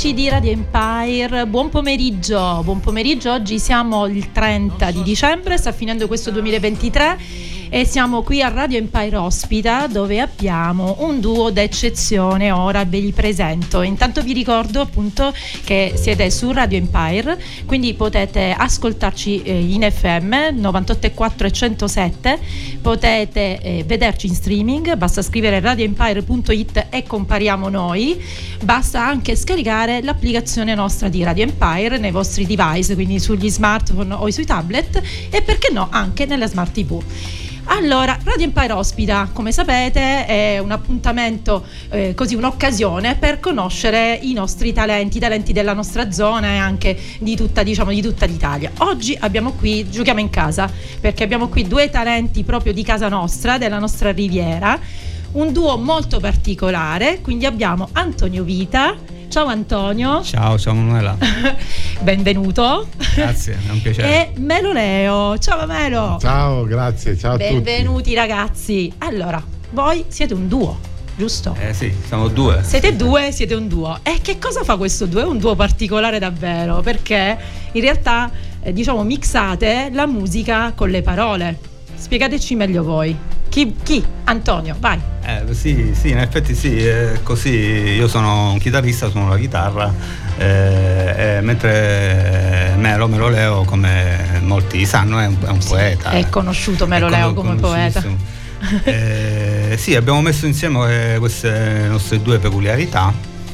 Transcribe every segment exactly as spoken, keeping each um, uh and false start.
Amici di Radio Empire, buon pomeriggio, buon pomeriggio. Oggi siamo il trenta di dicembre, sta finendo questo duemilaventitré e siamo qui a Radio Empire Ospita, dove abbiamo un duo d'eccezione. Ora ve li presento. Intanto vi ricordo appunto che siete su Radio Empire, quindi potete ascoltarci eh, in F M novantotto virgola quattro e centosette, potete eh, vederci in streaming, basta scrivere radioempire punto it e compariamo noi, basta anche scaricare l'applicazione nostra di Radio Empire nei vostri device, quindi sugli smartphone o sui tablet, e perché no anche nella smart tivù. Allora, Radio Empire Ospita, come sapete, è un appuntamento, eh, così un'occasione per conoscere i nostri talenti, i talenti della nostra zona e anche di tutta, diciamo, di tutta l'Italia. Oggi abbiamo qui, giochiamo in casa, perché abbiamo qui due talenti proprio di casa nostra, della nostra riviera, un duo molto particolare, quindi abbiamo Antonio Vita. Ciao Antonio. Ciao, ciao Manuela. Benvenuto. Grazie, è un piacere. E Melo Leo. Ciao Melo. Ciao, grazie, ciao a tutti. Benvenuti ragazzi. Allora, voi siete un duo, giusto? Eh sì, siamo due. Siete due, siete un duo. E che cosa fa questo duo? È un duo particolare davvero, perché in realtà eh, diciamo mixate la musica con le parole. Spiegateci meglio voi. Chi? Chi? Antonio, vai. Eh, sì, sì, in effetti sì, è così. Io sono un chitarrista, suono la chitarra, eh, eh, mentre Melo, Melo Leo, come molti sanno, è un, è un poeta. È conosciuto Melo Leo come poeta. Eh, sì, abbiamo messo insieme eh, queste nostre due peculiarità.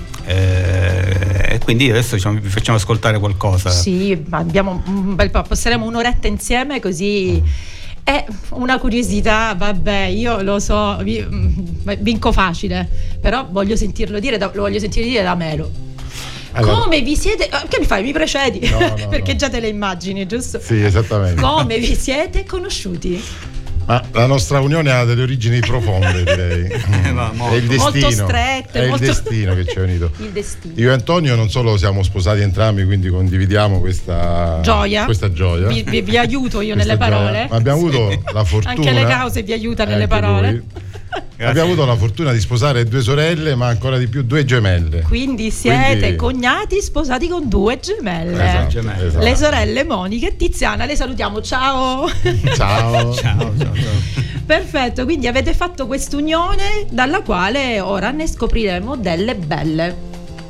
Eh, e quindi adesso diciamo, vi facciamo ascoltare qualcosa. Sì, abbiamo un bel po', passeremo un'oretta insieme, così. È una curiosità, vabbè, io lo so, vi, vinco facile, però voglio sentirlo dire, da, lo voglio sentire dire da Melo. Allora, come vi siete? Che mi fai? Mi precedi? No, no, perché no. Già te le immagini, giusto? Sì, esattamente. Come vi siete conosciuti? Ma la nostra unione ha delle origini profonde, direi. È il destino, molto strette, è molto il destino che ci ha unito. Il destino. Io e Antonio non solo siamo sposati entrambi, quindi condividiamo questa gioia. Questa gioia. Vi, vi, vi aiuto io nelle parole. Gioia. Ma abbiamo sì. avuto la fortuna. Anche le cause vi aiuta nelle parole. Abbiamo avuto la fortuna di sposare due sorelle, ma ancora di più due gemelle. Quindi siete Quindi... cognati sposati con due gemelle. Esatto, gemelle. Esatto. Le sorelle Monica e Tiziana, le salutiamo. Ciao. Ciao. ciao, ciao, ciao. Perfetto, quindi avete fatto quest'unione dalla quale ora ne scopriremo delle belle.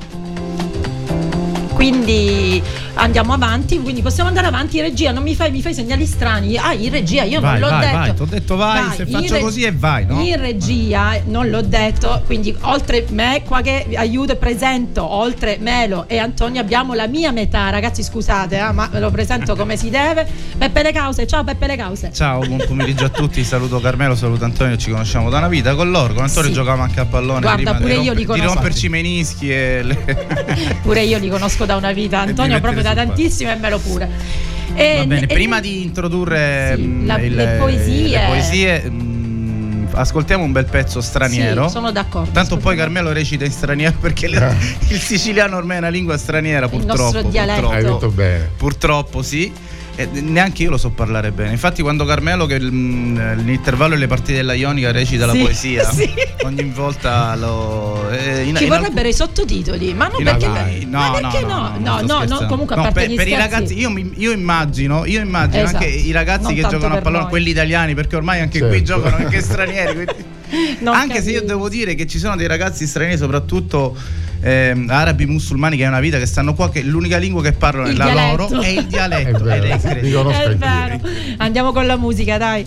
Quindi andiamo avanti, quindi possiamo andare avanti. In regia, non mi fai, mi fai segnali strani. Ah, in regia io vai, non l'ho vai, detto. Vai, ti ho detto vai, vai se faccio re- così e vai, no? In regia non l'ho detto, quindi oltre me qua che aiuto e presento, oltre Melo e Antonio abbiamo la mia metà, ragazzi scusate, eh, ma ve lo presento come si deve. Peppe Le Cause, ciao Peppe Le Cause. Ciao, buon pomeriggio a tutti, saluto Carmelo, saluto Antonio, ci conosciamo da una vita con loro, con Antonio sì. Giocavamo anche a pallone. Guarda, pure io romp- li conosco. Di romperci i menischi e le... Pure io li conosco da una vita, Antonio proprio da tantissimo e Melo pure. E, Va bene, e, prima di introdurre sì, la, il, le poesie, le poesie mh, ascoltiamo un bel pezzo straniero. Sì, sono d'accordo. Tanto poi Carmelo recita in straniero perché le, il siciliano ormai è una lingua straniera, purtroppo. Il nostro dialetto. Hai detto bene. Purtroppo sì. E neanche io lo so parlare bene. Infatti quando Carmelo che l'intervallo e le partite della Ionica recita sì, la poesia sì. ogni volta lo eh, in, ci in vorrebbero alc- i sottotitoli, ma non perché dai, no, ma perché no? No, no, no, no comunque a no, parte per, gli per scherzi. i ragazzi io, io immagino, io immagino esatto. anche i ragazzi non che giocano a pallone, noi. Quelli italiani, perché ormai anche certo. qui giocano anche stranieri, quindi anche capisco. Se io devo dire che ci sono dei ragazzi stranieri, soprattutto eh, arabi musulmani, che è una vita che stanno qua, che l'unica lingua che parlano il è la dialetto. loro è il dialetto. È vero, è, mi conosco è vero. Andiamo con la musica, dai.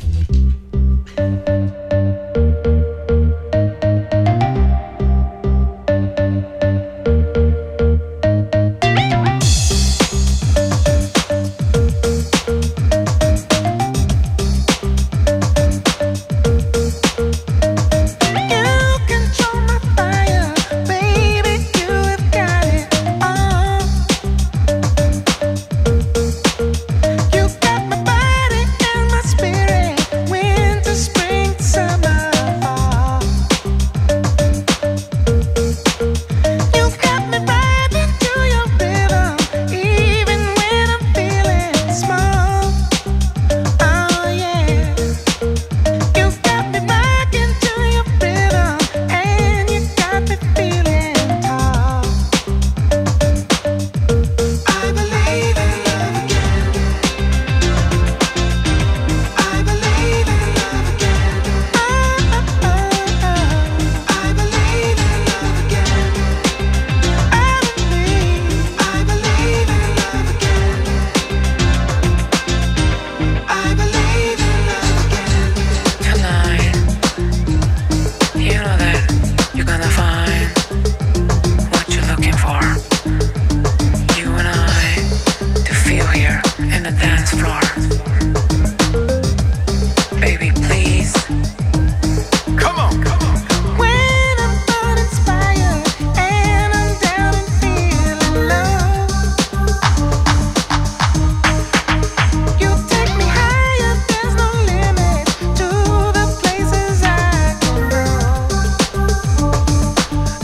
You got my body and my spirit.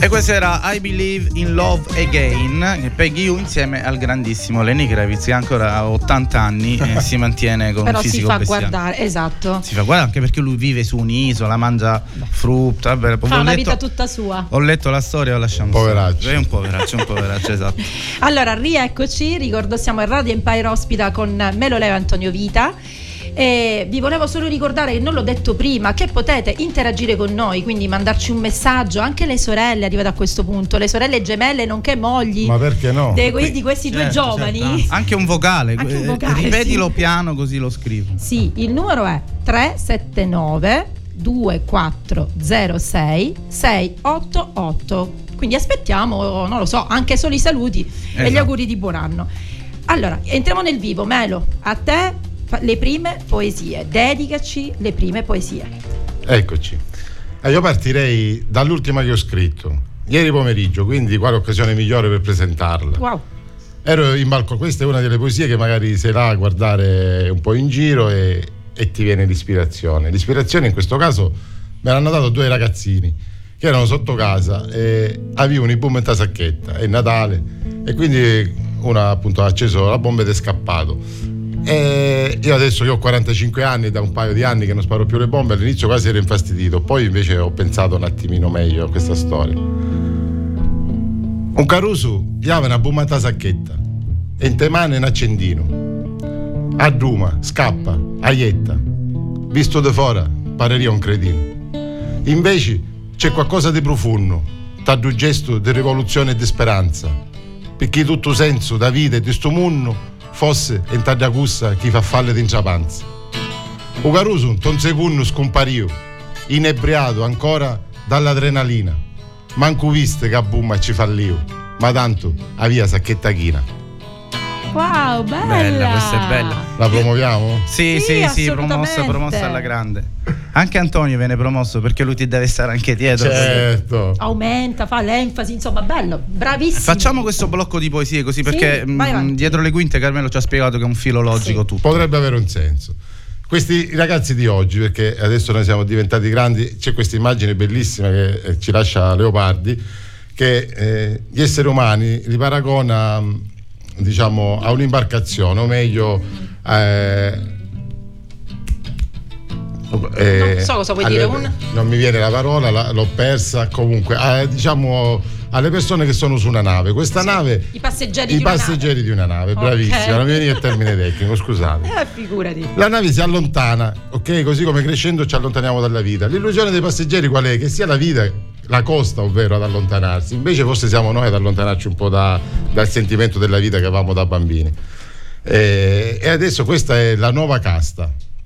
E questo era I Believe in Love Again, Peggy Gou insieme al grandissimo Lenny Kravitz, che ancora ha ottanta anni e si mantiene con però un fisico bestiale. Però si fa guardare, esatto. Si fa guardare anche perché lui vive su un'isola, mangia frutta, vabbè, fa una vita tutta sua. Ho letto la storia, lo lasciamo. Poveraccio. È un poveraccio, un poveraccio, esatto. Allora, rieccoci, ricordo siamo a Radio Empire ospita con Melo Leo e Antonio Vita. E vi volevo solo ricordare, che non l'ho detto prima, che potete interagire con noi, quindi mandarci un messaggio, anche le sorelle arrivate a questo punto, le sorelle gemelle nonché mogli. Ma perché no? De, que- di questi certo, due giovani. Certo. Anche un vocale, anche un vocale ripetilo sì. piano così lo scrivo. Sì, il numero è tre sette nove due quattro zero sei sei otto otto. Quindi aspettiamo, non lo so, anche solo i saluti esatto. e gli auguri di buon anno. Allora, entriamo nel vivo. Melo, a te le prime poesie, dedicaci le prime poesie. Eccoci. Eh, io partirei dall'ultima che ho scritto ieri pomeriggio, quindi quale occasione migliore per presentarla. Wow. Ero in balcone, questa è una delle poesie che magari sei là a guardare un po' in giro e, e ti viene l'ispirazione. L'ispirazione in questo caso me l'hanno dato due ragazzini che erano sotto casa e avevano i boom in tasacchetta, è Natale, e quindi uno appunto ha acceso la bomba ed è scappato. E io adesso che ho quarantacinque anni, da un paio di anni che non sparo più le bombe, all'inizio quasi ero infastidito, poi invece ho pensato un attimino meglio a questa storia. Un caruso gli aveva una bomba in tasacchetta e in te mano un accendino. A Roma, scappa, aietta. Visto da fuori, pareria un cretino. Invece c'è qualcosa di profondo, tra due gesto di rivoluzione e di speranza, perché tutto senso da vita e di sto mondo fosse in taglia cussa chi fa falle d'inciapanza. O Caruso, un secondo scompariu, inebriato ancora dall'adrenalina. Manco viste che a bumma ci fallio, ma tanto a via sacchetta china. Wow, bella! Bella, questa è bella. La promuoviamo? Sì, sì, sì, sì, promossa, promossa alla grande. Anche Antonio viene promosso perché lui ti deve stare anche dietro. Certo. Aumenta, fa l'enfasi, insomma, bello, bravissimo. Facciamo questo blocco di poesie così, perché sì, mh, dietro le quinte Carmelo ci ha spiegato che è un filo logico sì. tutto. Potrebbe avere un senso. Questi ragazzi di oggi, perché adesso noi siamo diventati grandi, c'è questa immagine bellissima che ci lascia Leopardi, che eh, gli esseri umani li paragona, diciamo, a un'imbarcazione, o meglio eh, eh, non so cosa vuoi alle, dire un... non mi viene la parola, la, l'ho persa comunque, eh, diciamo alle persone che sono su una nave. Questa sì, nave i passeggeri, i di, passeggeri una di una nave, bravissima, okay. Non mi viene il termine tecnico, scusate. Eh, figurati. La nave si allontana, ok, così come crescendo ci allontaniamo dalla vita. L'illusione dei passeggeri qual è? Che sia la vita, la costa, ovvero ad allontanarsi. Invece forse siamo noi ad allontanarci un po' da, dal sentimento della vita che avevamo da bambini. E, e adesso questa è la nuova casta.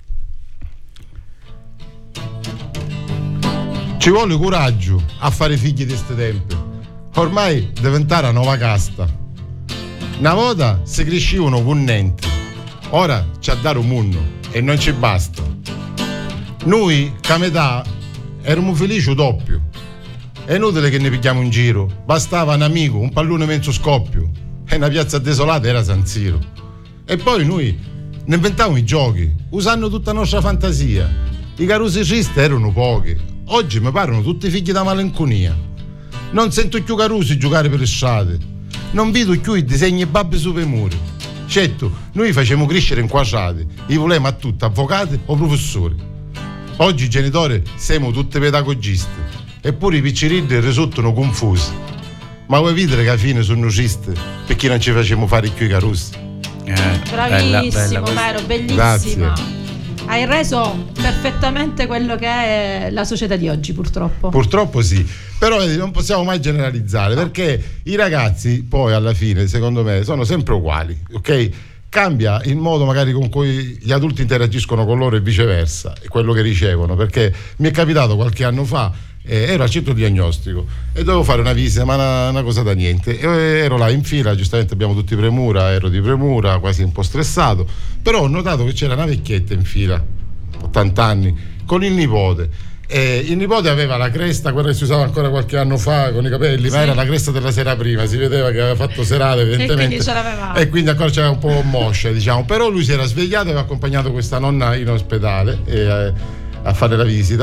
Ci vuole coraggio a fare figli di ste tempi. Ormai diventare una nuova casta. Una volta si crescevano con niente, ora c'è a dare un mondo e non ci basta. Noi, che metà, eravamo felici doppio. È inutile che ne pigliamo in giro, bastava un amico, un pallone mezzo scoppio e una piazza desolata era San Siro. E poi noi ne inventavamo i giochi, usando tutta la nostra fantasia. I carusicisti erano pochi, oggi mi parlano tutti figli da malinconia. Non sento più carusi giocare per le strade, non vedo più i disegni e babbe sui muri. Certo, noi facciamo crescere in quadrati, i volevamo a tutti avvocati o professori. Oggi i genitori siamo tutti pedagogisti, eppure i piccirilli risultano confusi. Ma vuoi vedere che alla fine sono tristi perché non ci facciamo fare più i carusi? Eh, bravissimo, Mero, bellissima. Grazie. Hai reso perfettamente quello che è la società di oggi, purtroppo. Purtroppo sì, però vedi, non possiamo mai generalizzare, perché i ragazzi poi alla fine, secondo me, sono sempre uguali, ok? Cambia il modo magari con cui gli adulti interagiscono con loro e viceversa, quello che ricevono, perché mi è capitato qualche anno fa, eh, ero al centro diagnostico e dovevo fare una visita, ma una, una cosa da niente, e ero là in fila, giustamente abbiamo tutti premura, ero di premura, quasi un po' stressato, però ho notato che c'era una vecchietta in fila, ottanta anni, con il nipote. E il nipote aveva la cresta, quella che si usava ancora qualche anno fa con i capelli, sì. Ma era la cresta della sera prima, si vedeva che aveva fatto serata evidentemente, e quindi, ce l'aveva. E quindi ancora c'era un po' moscia, diciamo. Però lui si era svegliato e aveva accompagnato questa nonna in ospedale e, eh, a fare la visita,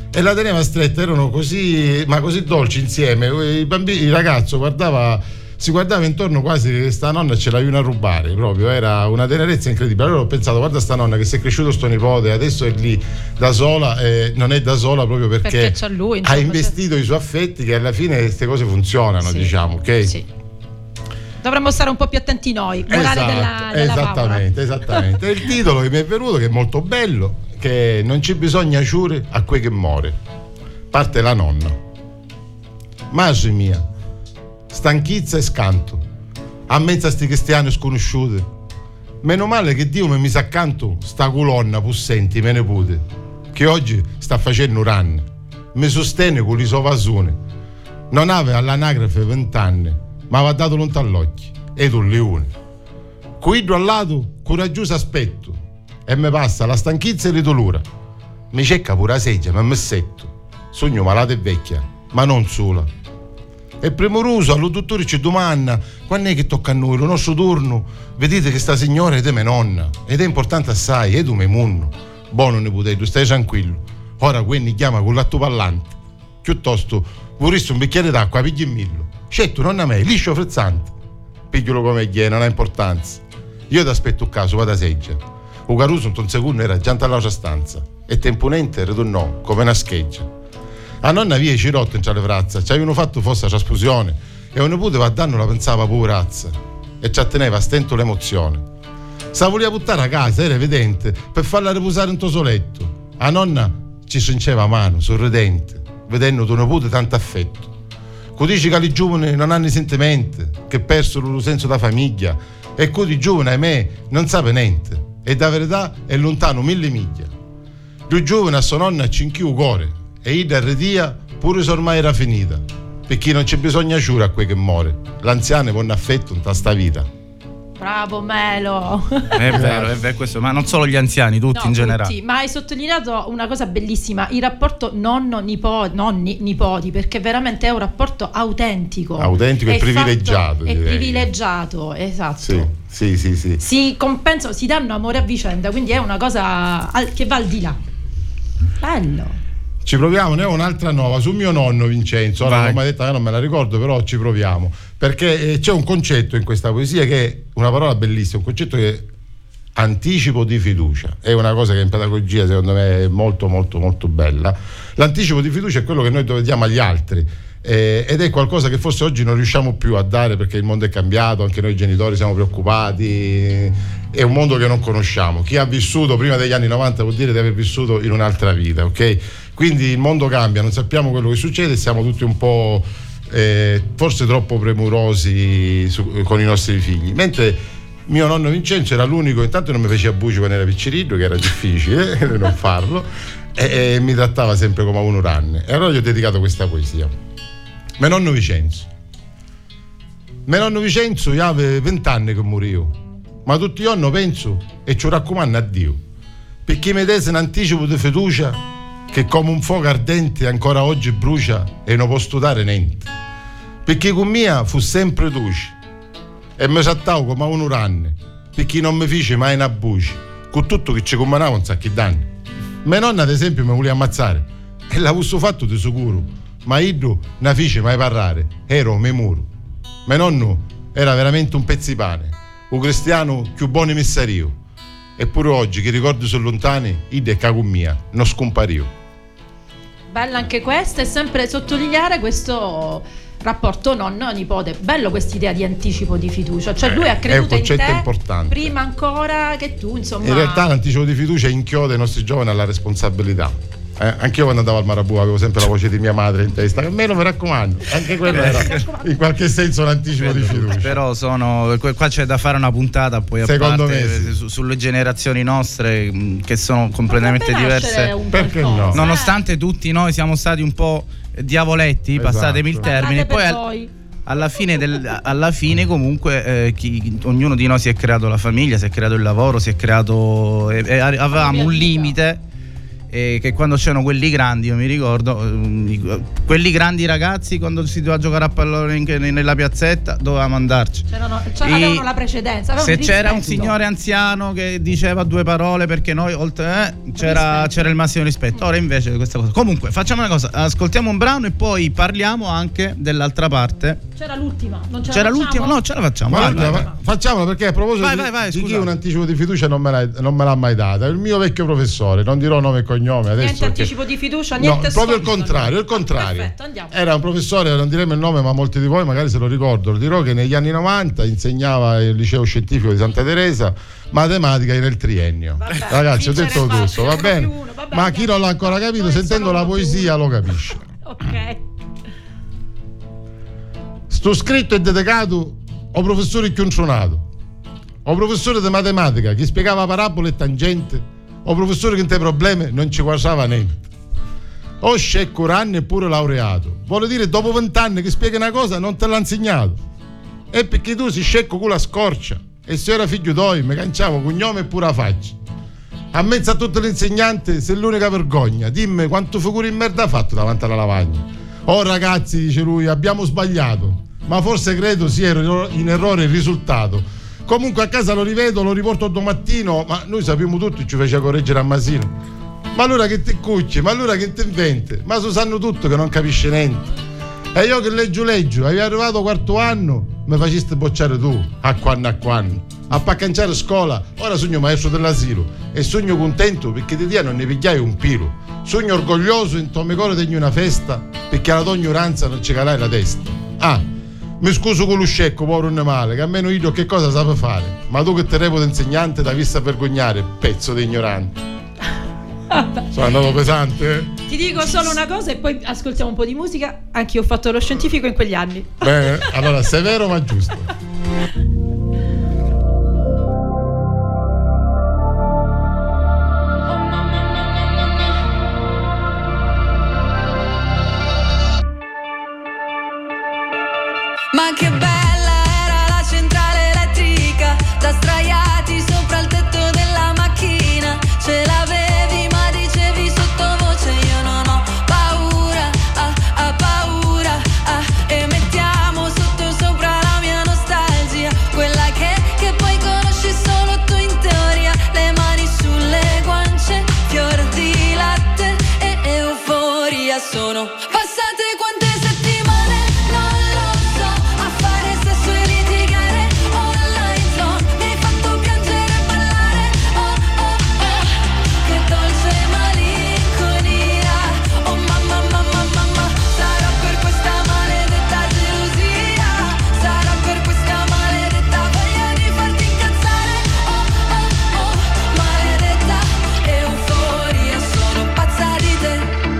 e la teneva stretta, erano così, ma così dolci insieme. I bambini, il ragazzo guardava, si guardava intorno quasi che sta nonna ce la viene a rubare, proprio era una tenerezza incredibile. Allora ho pensato, guarda sta nonna che si è cresciuto sto nipote, adesso è lì da sola, e non è da sola proprio perché, perché c'ha lui, insomma, ha investito c'è... i suoi affetti, che alla fine queste cose funzionano, sì, diciamo, ok? Sì. Dovremmo stare un po' più attenti noi. Morale esatto, della, della esattamente, favola. esattamente. E il titolo che mi è venuto, che è molto bello, che non ci bisogna giure a quei che muore. Parte la nonna. Madre mia, stanchezza e scanto, a mezzo a sti cristiani sconosciuti. Meno male che Dio mi mise accanto sta colonna possenti, me ne pute, che oggi sta facendo un anno. Mi sostiene con i suoi vasoni. Non aveva all'anagrafe vent'anni, ma va dato lontano all'occhio, ed un leone. Quidro al lato, coraggioso aspetto, e mi passa la stanchezza e ridolura. Mi cerca pure la seggia, ma mi setto. Sogno malato e vecchia, ma non sola. E premuroso allo dottore ci domanda quando è che tocca a noi, il nostro turno. Vedete che sta signora è mia nonna, ed è importante assai, ed un me munno. Buono nipote, stai tranquillo. Ora quindi chiama con l'atto pallante. Piuttosto vorresti un bicchiere d'acqua, pigli in millo. Scetto, nonna me, liscio frizzante. Pigliolo come gli è, non ha importanza. Io ti aspetto un caso, vado a seggia. Un caruso un secondo era già all'altra stanza e temponente ritornò come una scheggia. A nonna via ci rotto in le frazza, ci avevano fatto fossa trasfusione e un nipote va a danno la pensava poverazza e ci atteneva a stento l'emozione. Se la voleva buttare a casa, era evidente, per farla riposare in tuo soletto. A nonna ci stringeva a mano, sorridente, vedendo tuo nipote tanto affetto. Dici che i giovani non hanno sentimenti, che persero il senso da famiglia, e così i giovani, ahimè, non sa niente, e da verità è lontano mille miglia. Lui giovane a sua nonna cinchiù cuore, e ida redia pure se ormai era finita, perché non c'è bisogno di giura a quel che muore, l'anziano può affetto in sta vita. Bravo Melo. È vero, è vero questo, ma non solo gli anziani, tutti no, in generale. Tutti, ma hai sottolineato una cosa bellissima, il rapporto nonno-nipoti, nonni-nipoti, perché veramente è un rapporto autentico. Autentico e privilegiato. È privilegiato, esatto. Sì, sì, sì, sì. Si compensano, si danno amore a vicenda, quindi è una cosa al, che va al di là. Bello. Ci proviamo, ne ho un'altra nuova sul mio nonno Vincenzo. Ora non mi ha detto che non me la ricordo, però ci proviamo. Perché c'è un concetto in questa poesia che è una parola bellissima, un concetto che è anticipo di fiducia. È una cosa che in pedagogia secondo me è molto molto molto bella. L'anticipo di fiducia è quello che noi diamo agli altri. Eh, ed è qualcosa che forse oggi non riusciamo più a dare perché il mondo è cambiato, anche noi genitori siamo preoccupati, è un mondo che non conosciamo. Chi ha vissuto prima degli anni novanta vuol dire di aver vissuto in un'altra vita, ok? Quindi il mondo cambia, non sappiamo quello che succede, siamo tutti un po' eh, forse troppo premurosi su, con i nostri figli, mentre mio nonno Vincenzo era l'unico, intanto non mi faceva buci quando era piccirillo, che era difficile eh, non farlo, e, e mi trattava sempre come a uno ranne, e allora gli ho dedicato questa poesia. Mio nonno Vincenzo. Mio nonno Vincenzo io avevo vent'anni che morivo, ma tutti i giorni penso e ci raccomando a Dio, perché mi desse un anticipo di fiducia che come un fuoco ardente ancora oggi brucia e non posso dare niente, perché con mia fu sempre duce e mi trattavo come a uno ranne, perché non mi fece mai una buci, con tutto che ci combinava un sacco di danni. Mia nonna ad esempio mi voleva ammazzare e l'avuto fatto di sicuro, ma io non fece mai parlare, ero me muro. Mio nonno era veramente un pezzo di pane, un cristiano più buono missario, eppure oggi che ricordi sono lontani, io e cago mia, non scompario. Bella anche questa, e sempre sottolineare questo rapporto nonno-nipote. Bello quest'idea di anticipo di fiducia, cioè lui ha creduto in te importante. Prima ancora che tu, insomma. In realtà l'anticipo di fiducia inchioda i nostri giovani alla responsabilità. Eh, anche io quando andavo al Marabù avevo sempre la voce di mia madre in testa, almeno mi raccomando, anche quello era in qualche senso un anticipo di fiducia. Però sono, qua c'è da fare una puntata poi a Secondo parte me sì. su, sulle generazioni nostre che sono completamente diverse, perché no? Nonostante tutti noi siamo stati un po' diavoletti, esatto. Passatemi il termine, poi al, alla fine, del, alla fine comunque eh, chi, ognuno di noi si è creato la famiglia, si è creato il lavoro, si è creato eh, avevamo un limite. eh, che quando c'erano quelli grandi, io mi ricordo, eh, quelli grandi ragazzi quando si doveva giocare a pallone in, nella piazzetta dovevamo andarci. C'erano, cioè, avevano la precedenza. Se c'era un signore anziano che diceva due parole, perché noi oltre eh, c'era, c'era il massimo rispetto. Ora invece questa cosa. Comunque facciamo una cosa, ascoltiamo un brano e poi parliamo anche dell'altra parte. C'era l'ultima, non ce c'era la l'ultima, no, ce la facciamo. Vai, vai, vai, vai. Facciamola, perché a proposito vai, di, vai, vai, di chi un anticipo di fiducia non me, l'ha, non me l'ha mai data, il mio vecchio professore, non dirò nome e cognome adesso. Niente perché... anticipo di fiducia, niente. No, proprio il contrario, il contrario. Perfetto, andiamo. Era un professore, non diremo il nome, ma molti di voi magari se lo ricordano. Dirò che negli anni novanta insegnava il liceo scientifico di Santa Teresa matematica nel triennio. Vabbè, ragazzi, ho detto tutto, va bene? Uno, vabbè, ma chi non l'ha ancora capito, no, sentendo la poesia lo capisce. Ok. Sto scritto è dedicato al professore Chioncionato, o professore di matematica che spiegava parabole e tangente, o professore che in te problemi non ci guardava niente. O scecco anni e pure laureato, vuole dire dopo vent'anni che spiega una cosa non te l'ha insegnato. E perché tu si scecco con la scorcia, e se era figlio d'oi mi canciavo cognome e pure la faccia. A mezzo a tutte le insegnanti sei l'unica vergogna, dimmi quanto figure in merda ha fatto davanti alla lavagna. Oh ragazzi, dice lui, abbiamo sbagliato, ma forse credo sia in errore il risultato. Comunque a casa lo rivedo, lo riporto domattino, ma noi sappiamo tutto, ci faceva correggere a Masino. Ma allora che ti cucci, ma allora che ti inventi? Ma so sanno tutto che non capisce niente. E io che leggio leggio, avevi arrivato quarto anno, mi faciste bocciare tu, a quando a quando. A paccanciare scuola, ora sogno maestro dell'asilo e sogno contento perché di dia non ne pigliai un pilo. Sogno orgoglioso in tome core tegno una festa perché alla tua ignoranza non ci calai la testa. Ah, mi scuso con lo scecco, povero animale, che almeno io che cosa sape fare. Ma tu che te reputo insegnante t'hai visto a vergognare, pezzo di ignorante. Sono andato pesante, eh? Ti dico solo una cosa e poi ascoltiamo un po' di musica. Anch'io ho fatto lo scientifico in quegli anni. Bene, allora severo ma giusto. Ma che bella era la centrale elettrica, da sdraiati sopra il tetto della macchina. Ce l'avevi ma dicevi sottovoce io non ho paura, ah, ah, paura, ah. E mettiamo sotto sopra la mia nostalgia, quella che, che poi conosci solo tu in teoria. Le mani sulle guance, fior di latte e euforia. Sono passate quante settimane, non lo so, a fare sesso e litigare online zone. Mi hai fatto piangere e ballare, oh oh oh, che dolce malinconia. Oh mamma mamma mamma, sarà per questa maledetta gelosia, sarà per questa maledetta voglia di farti incazzare, oh oh oh, maledetta euforia. Sono pazza di te,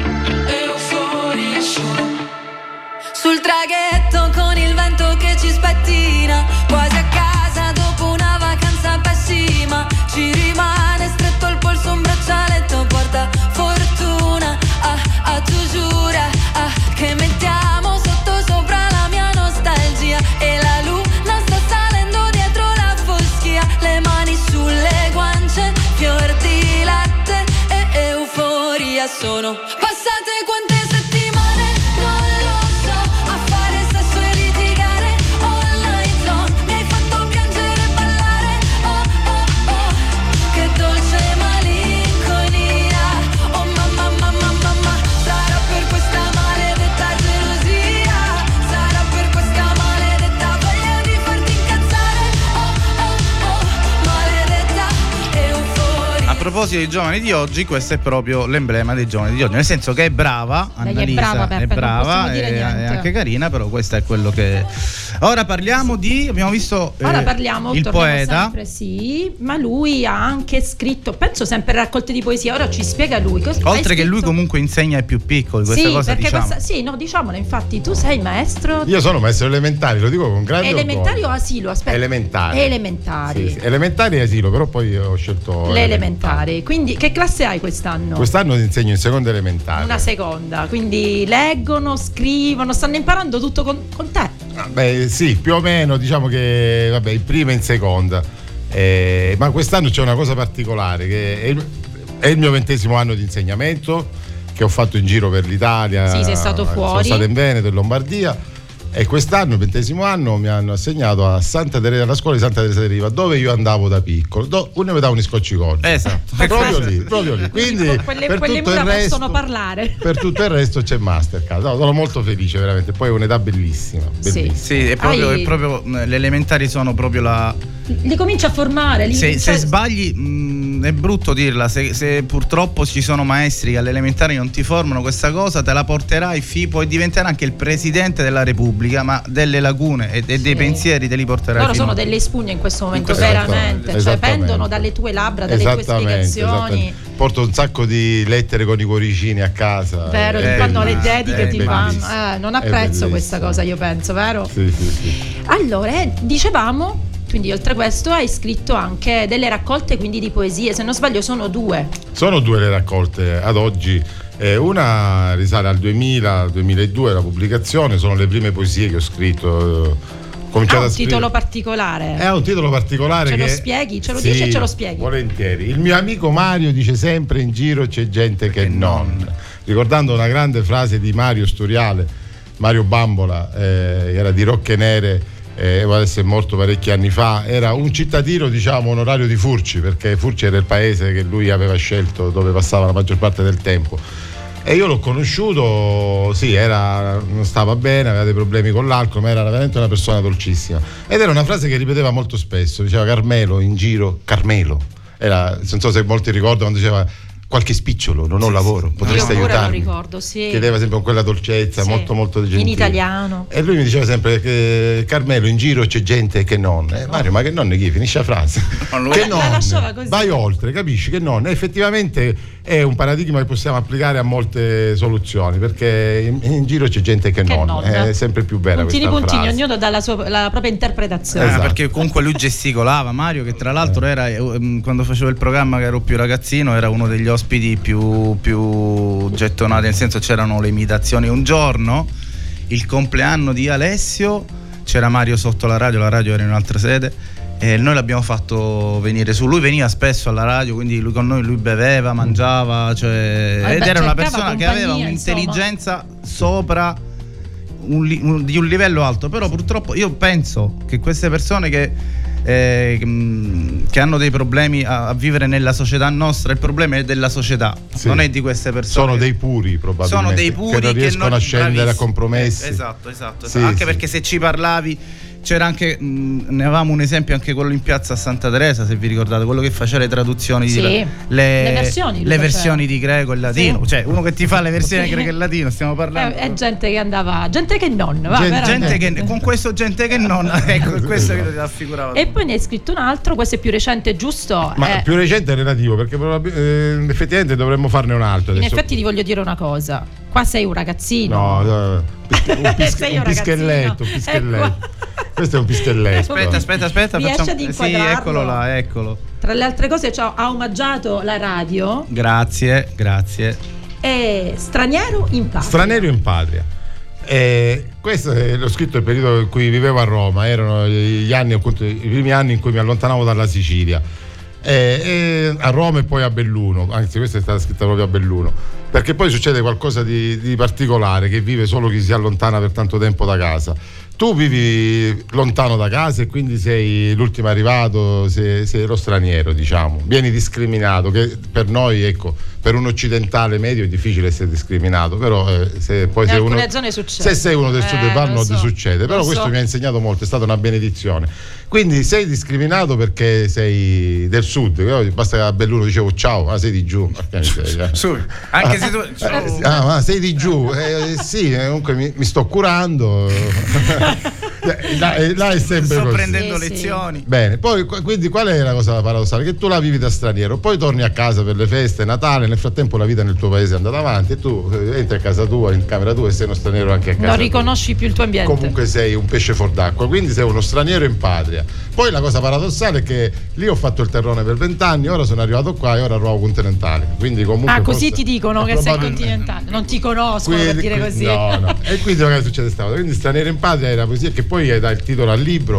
euforia sono. Sul traghetto con il vento che ci spettina, quasi a casa dopo una vacanza pessima. Ci rimane stretto al polso un braccialetto porta fortuna, ah, ah, tu giura, ah, che mettiamo sotto sopra la mia nostalgia. E la luna sta salendo dietro la foschia. Le mani sulle guance, fior di latte e euforia. Sono passate quante settimane, non lo so, a fare sesso e litigare online zone. Mi hai fatto piangere e ballare, oh oh oh, che dolce malinconia. Oh mamma mamma mamma, sarà per questa maledetta gelosia, sarà per questa maledetta voglia di farti incazzare, oh oh oh, maledetta euforia. A proposito dei giovani di oggi, questo è proprio l'emblema dei giovani di oggi, nel senso che è brava, Lei è Annalisa brava, Peppe, è non brava, possiamo dire è, niente. è anche carina, però questo è quello che... Ora parliamo di, abbiamo visto eh, Ora parliamo, il torniamo poeta. sempre, sì, ma lui ha anche scritto, penso sempre raccolte di poesia. Ora ci spiega lui. Cos- Oltre hai che lui scritto? comunque insegna ai più piccoli, questa Sì, cosa perché diciamo. questa, sì, no, diciamolo, infatti tu sei maestro Io sono maestro elementari, lo dico con grande elementari orgoglio. o asilo? Aspetta. Elementari. Elementari. Sì, sì. Elementari e asilo, però poi ho scelto Le elementari. Quindi che classe hai quest'anno? Quest'anno insegno in seconda elementare. Una seconda, quindi leggono, scrivono, stanno imparando tutto con, con te. Ah, beh, sì, più o meno, diciamo che vabbè, in prima e in seconda. Eh, ma quest'anno c'è una cosa particolare che è il- è il mio ventesimo anno di insegnamento che ho fatto in giro per l'Italia. Sì, sei stato fuori. Sono stato in Veneto, in Lombardia. E quest'anno, il ventesimo anno, mi hanno assegnato a Santa Teresa, alla scuola di Santa Teresa di Riva, dove io andavo da piccolo. Do, uno mi dava un scoccicolli. Esatto. Proprio lì, proprio lì. Quindi quelle, per quelle tutto mura il resto, possono parlare. Per tutto il resto c'è Mastercard. No, sono molto felice, veramente. Poi è un'età bellissima. bellissima. Sì, sì, è proprio, Hai... è proprio le elementari sono proprio la. Li comincia a formare. Li... Se, cioè... se sbagli, mh, è brutto dirla. Se, se purtroppo ci sono maestri che alle elementari non ti formano questa cosa, te la porterai, fi, puoi diventare anche il presidente della Repubblica, ma delle lagune e, e dei sì. pensieri te li porterai. Loro fino. sono delle spugne in questo momento, in questo veramente. Cioè pendono dalle tue labbra, dalle tue spiegazioni. Porto un sacco di lettere con i cuoricini a casa. Vero, ti fanno le dediche, ti fanno. Eh, non apprezzo questa cosa, io penso, vero? Sì, sì, sì. Allora, eh, dicevamo. Quindi oltre a questo hai scritto anche delle raccolte quindi di poesie, se non sbaglio sono due. Sono due le raccolte ad oggi, eh, una risale al duemila duemiladue la pubblicazione, sono le prime poesie che ho scritto. Ha un titolo scrivere. particolare. È un titolo particolare. Ce che lo spieghi? Ce lo sì, dici e ce lo spieghi? Volentieri. Il mio amico Mario dice sempre in giro c'è gente che, che non. non. Ricordando una grande frase di Mario Storiale, Mario Bambola, eh, era di Rocche Nere. Eh, adesso è morto parecchi anni fa, era un cittadino diciamo onorario di Furci, perché Furci era il paese che lui aveva scelto dove passava la maggior parte del tempo, e io l'ho conosciuto, sì, era, non stava bene, aveva dei problemi con l'alcol, ma era veramente una persona dolcissima, ed era una frase che ripeteva molto spesso, diceva Carmelo in giro, Carmelo, era, non so se molti ricordano quando diceva qualche spicciolo, non ho sì, lavoro, potreste io aiutarmi? Io lo ricordo, sì. Chiedeva sempre con quella dolcezza, sì. molto molto gentile. In italiano. E lui mi diceva sempre che Carmelo in giro c'è gente che non. Eh, Mario, ma che non è chi? Finisce la frase. Non che non, vai oltre, capisci che non? E effettivamente è un paradigma che possiamo applicare a molte soluzioni, perché in, in giro c'è gente che, che non. non. È sempre più vera puntini, questa puntini, frase. ognuno dà la, sua, la propria interpretazione. Esatto. Eh, perché comunque lui gesticolava, Mario, che tra l'altro era, quando facevo il programma che ero più ragazzino, era uno degli ospiti più più gettonati, nel senso c'erano le imitazioni. Un giorno il compleanno di Alessio, c'era Mario sotto la radio, la radio era in un'altra sede e noi l'abbiamo fatto venire su. Lui veniva spesso alla radio, quindi lui, con noi lui beveva, mangiava, cioè, ed era una persona che aveva un'intelligenza insomma. sopra un, un, di un livello alto. Però purtroppo io penso che queste persone che Eh, che hanno dei problemi a, a vivere nella società nostra, il problema è della società, sì. non è di queste persone. Sono dei puri probabilmente, sono dei puri che non riescono che non, a scendere bravissimi. a compromessi. Eh, esatto, esatto, esatto. Sì, anche sì. perché se ci parlavi c'era anche mh, ne avevamo un esempio anche quello in piazza Santa Teresa, se vi ricordate, quello che faceva le traduzioni sì. di, le, le versioni le versioni di greco e latino, sì. cioè uno che ti fa le versioni sì. greco e latino, stiamo parlando è, è gente che andava, gente che non va, gente, gente che, con questo gente che non ecco, questo che ti raffigurava. E poi ne hai scritto un altro, questo è più recente, giusto? Ma eh. più recente è relativo, perché eh, effettivamente dovremmo farne un altro adesso. In effetti ti voglio dire una cosa, qua sei un ragazzino. No, no un, pis- un, un pischelletto, un pischelletto. Questo è un pistelletto. Aspetta, aspetta, aspetta. Riesci facciamo... ad inquadrarlo? Sì, eccolo là, eccolo. Tra le altre cose ci ha omaggiato la radio. Grazie, grazie. E Straniero in patria. Straniero in patria. Eh, questo è, l'ho scritto nel periodo in cui vivevo a Roma, erano gli anni, appunto, i primi anni in cui mi allontanavo dalla Sicilia. Eh, eh, a Roma e poi a Belluno, anzi questa è stata scritta proprio a Belluno, perché poi succede qualcosa di, di particolare che vive solo chi si allontana per tanto tempo da casa. Tu vivi lontano da casa e quindi sei l'ultimo arrivato, sei, sei lo straniero, diciamo, vieni discriminato, che per noi, ecco, per un occidentale medio è difficile essere discriminato, però eh, se poi sei uno, zone succede. se sei uno del sud del Var Nord succede, però questo so. mi ha insegnato molto, è stata una benedizione. Quindi sei discriminato perché sei del sud, basta che a Belluno dicevo ciao, ah sei di giù, Su, anche se tu ah, ma sei di giù, eh, sì, comunque mi, mi sto curando. là, là è sempre sto così. prendendo sì, lezioni. Sì. Bene, poi quindi qual è la cosa paradossale? Che tu la vivi da straniero, poi torni a casa per le feste, Natale, nel frattempo la vita nel tuo paese è andata avanti e tu entri a casa tua, in camera tua e sei uno straniero anche a casa. Non riconosci tua. più il tuo ambiente. Comunque sei un pesce fuor d'acqua, quindi sei uno straniero in patria. Poi la cosa paradossale è che lì ho fatto il terrone per vent'anni, ora sono arrivato qua e ora arrivo continentale. Quindi comunque ah, così forse, ti dicono che sei continentale. Non ti conoscono quindi, per dire quindi, così. No, no. E quindi magari succede questa cosa. Quindi straniero in patria è la poesia che poi dà il titolo al libro,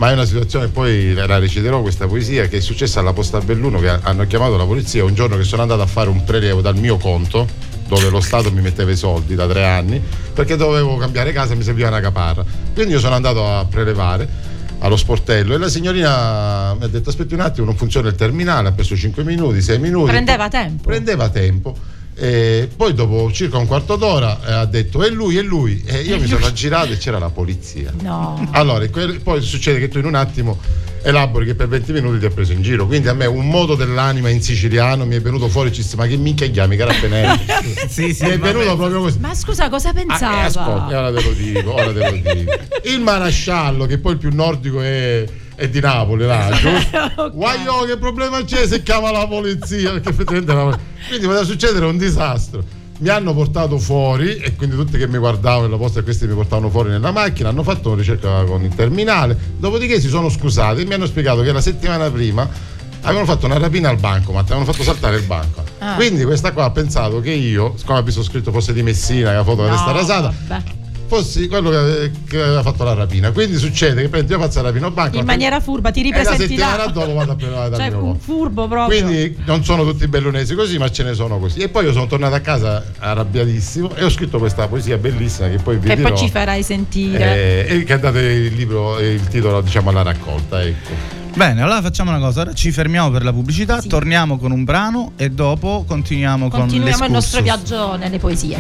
ma è una situazione, poi la reciterò questa poesia, che è successa alla Posta Belluno, che hanno chiamato la polizia un giorno che sono andato a fare un prelievo dal mio conto, dove lo Stato mi metteva i soldi da tre anni, perché dovevo cambiare casa e mi serviva una caparra. Quindi io sono andato a prelevare allo sportello e la signorina mi ha detto aspetti un attimo, non funziona il terminale, ha preso cinque minuti, sei minuti. Prendeva tempo. Prendeva tempo. E poi dopo circa un quarto d'ora eh, ha detto è lui, è lui, e io mi sono aggirato e c'era la polizia. No. Allora poi succede che tu in un attimo elabori che per venti minuti ti ha preso in giro, quindi a me un modo dell'anima in siciliano mi è venuto fuori e ci disse ma che minchia chiami Carappenelli. Sì, sì, mi è venuto proprio così. Ma scusa, cosa pensava? Ah, eh, ascolta, ora te lo dico, ora te lo dico. Il Marasciallo, che poi il più nordico è è di Napoli, là, giusto? Okay. Guaglio, che problema c'è se chiama la polizia? Perché effettivamente la... quindi poteva succedere un disastro. Mi hanno portato fuori e quindi tutti che mi guardavano nella posta e questi mi portavano fuori nella macchina, hanno fatto una ricerca con il terminale, dopodiché si sono scusati e mi hanno spiegato che la settimana prima avevano fatto una rapina al banco, ma avevano fatto saltare il banco. Ah. Quindi questa qua ha pensato che io, siccome ho visto scritto fosse di Messina, che la foto della no, testa rasata, vabbè, fossi quello che, che aveva fatto la rapina. Quindi succede che prendi, io faccio la rapina al banco in maniera furba, ti ripresenti e la settimana dopo vado a prendere da cioè un furbo proprio. Quindi non sono tutti bellunesi così, ma ce ne sono così. E poi io sono tornato a casa arrabbiatissimo e ho scritto questa poesia bellissima che poi vi che dirò, poi ci farai sentire eh, e che date il libro, il titolo, diciamo, alla raccolta, ecco. Bene, allora facciamo una cosa, ora ci fermiamo per la pubblicità, sì, torniamo con un brano e dopo continuiamo, continuiamo con il nostro viaggio nelle poesie.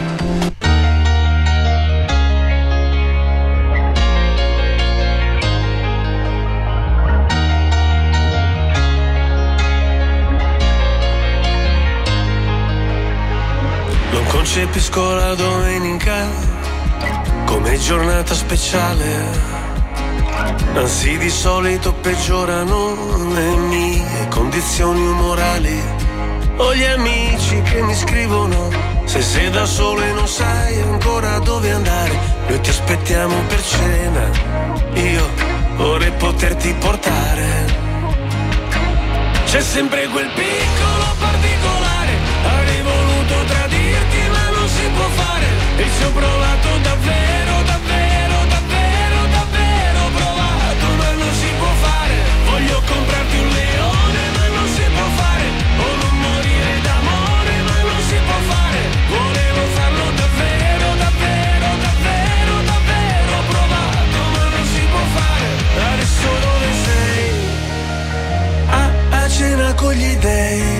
Non concepisco la domenica come giornata speciale, anzi di solito peggiorano le mie condizioni umorali. Ho gli amici che mi scrivono se sei da solo e non sai ancora dove andare, noi ti aspettiamo per cena, io vorrei poterti portare. C'è sempre quel piccolo particolare, avrei voluto tradirti ma non si può fare, e ci ho provato davvero, davvero, davvero, davvero provato, ma non si può fare. Voglio comprarti un leone ma non si può fare, o non morire d'amore ma non si può fare. Volevo farlo davvero, davvero, davvero, davvero provato, ma non si può fare. Adesso dove sei? A, a cena con gli dèi,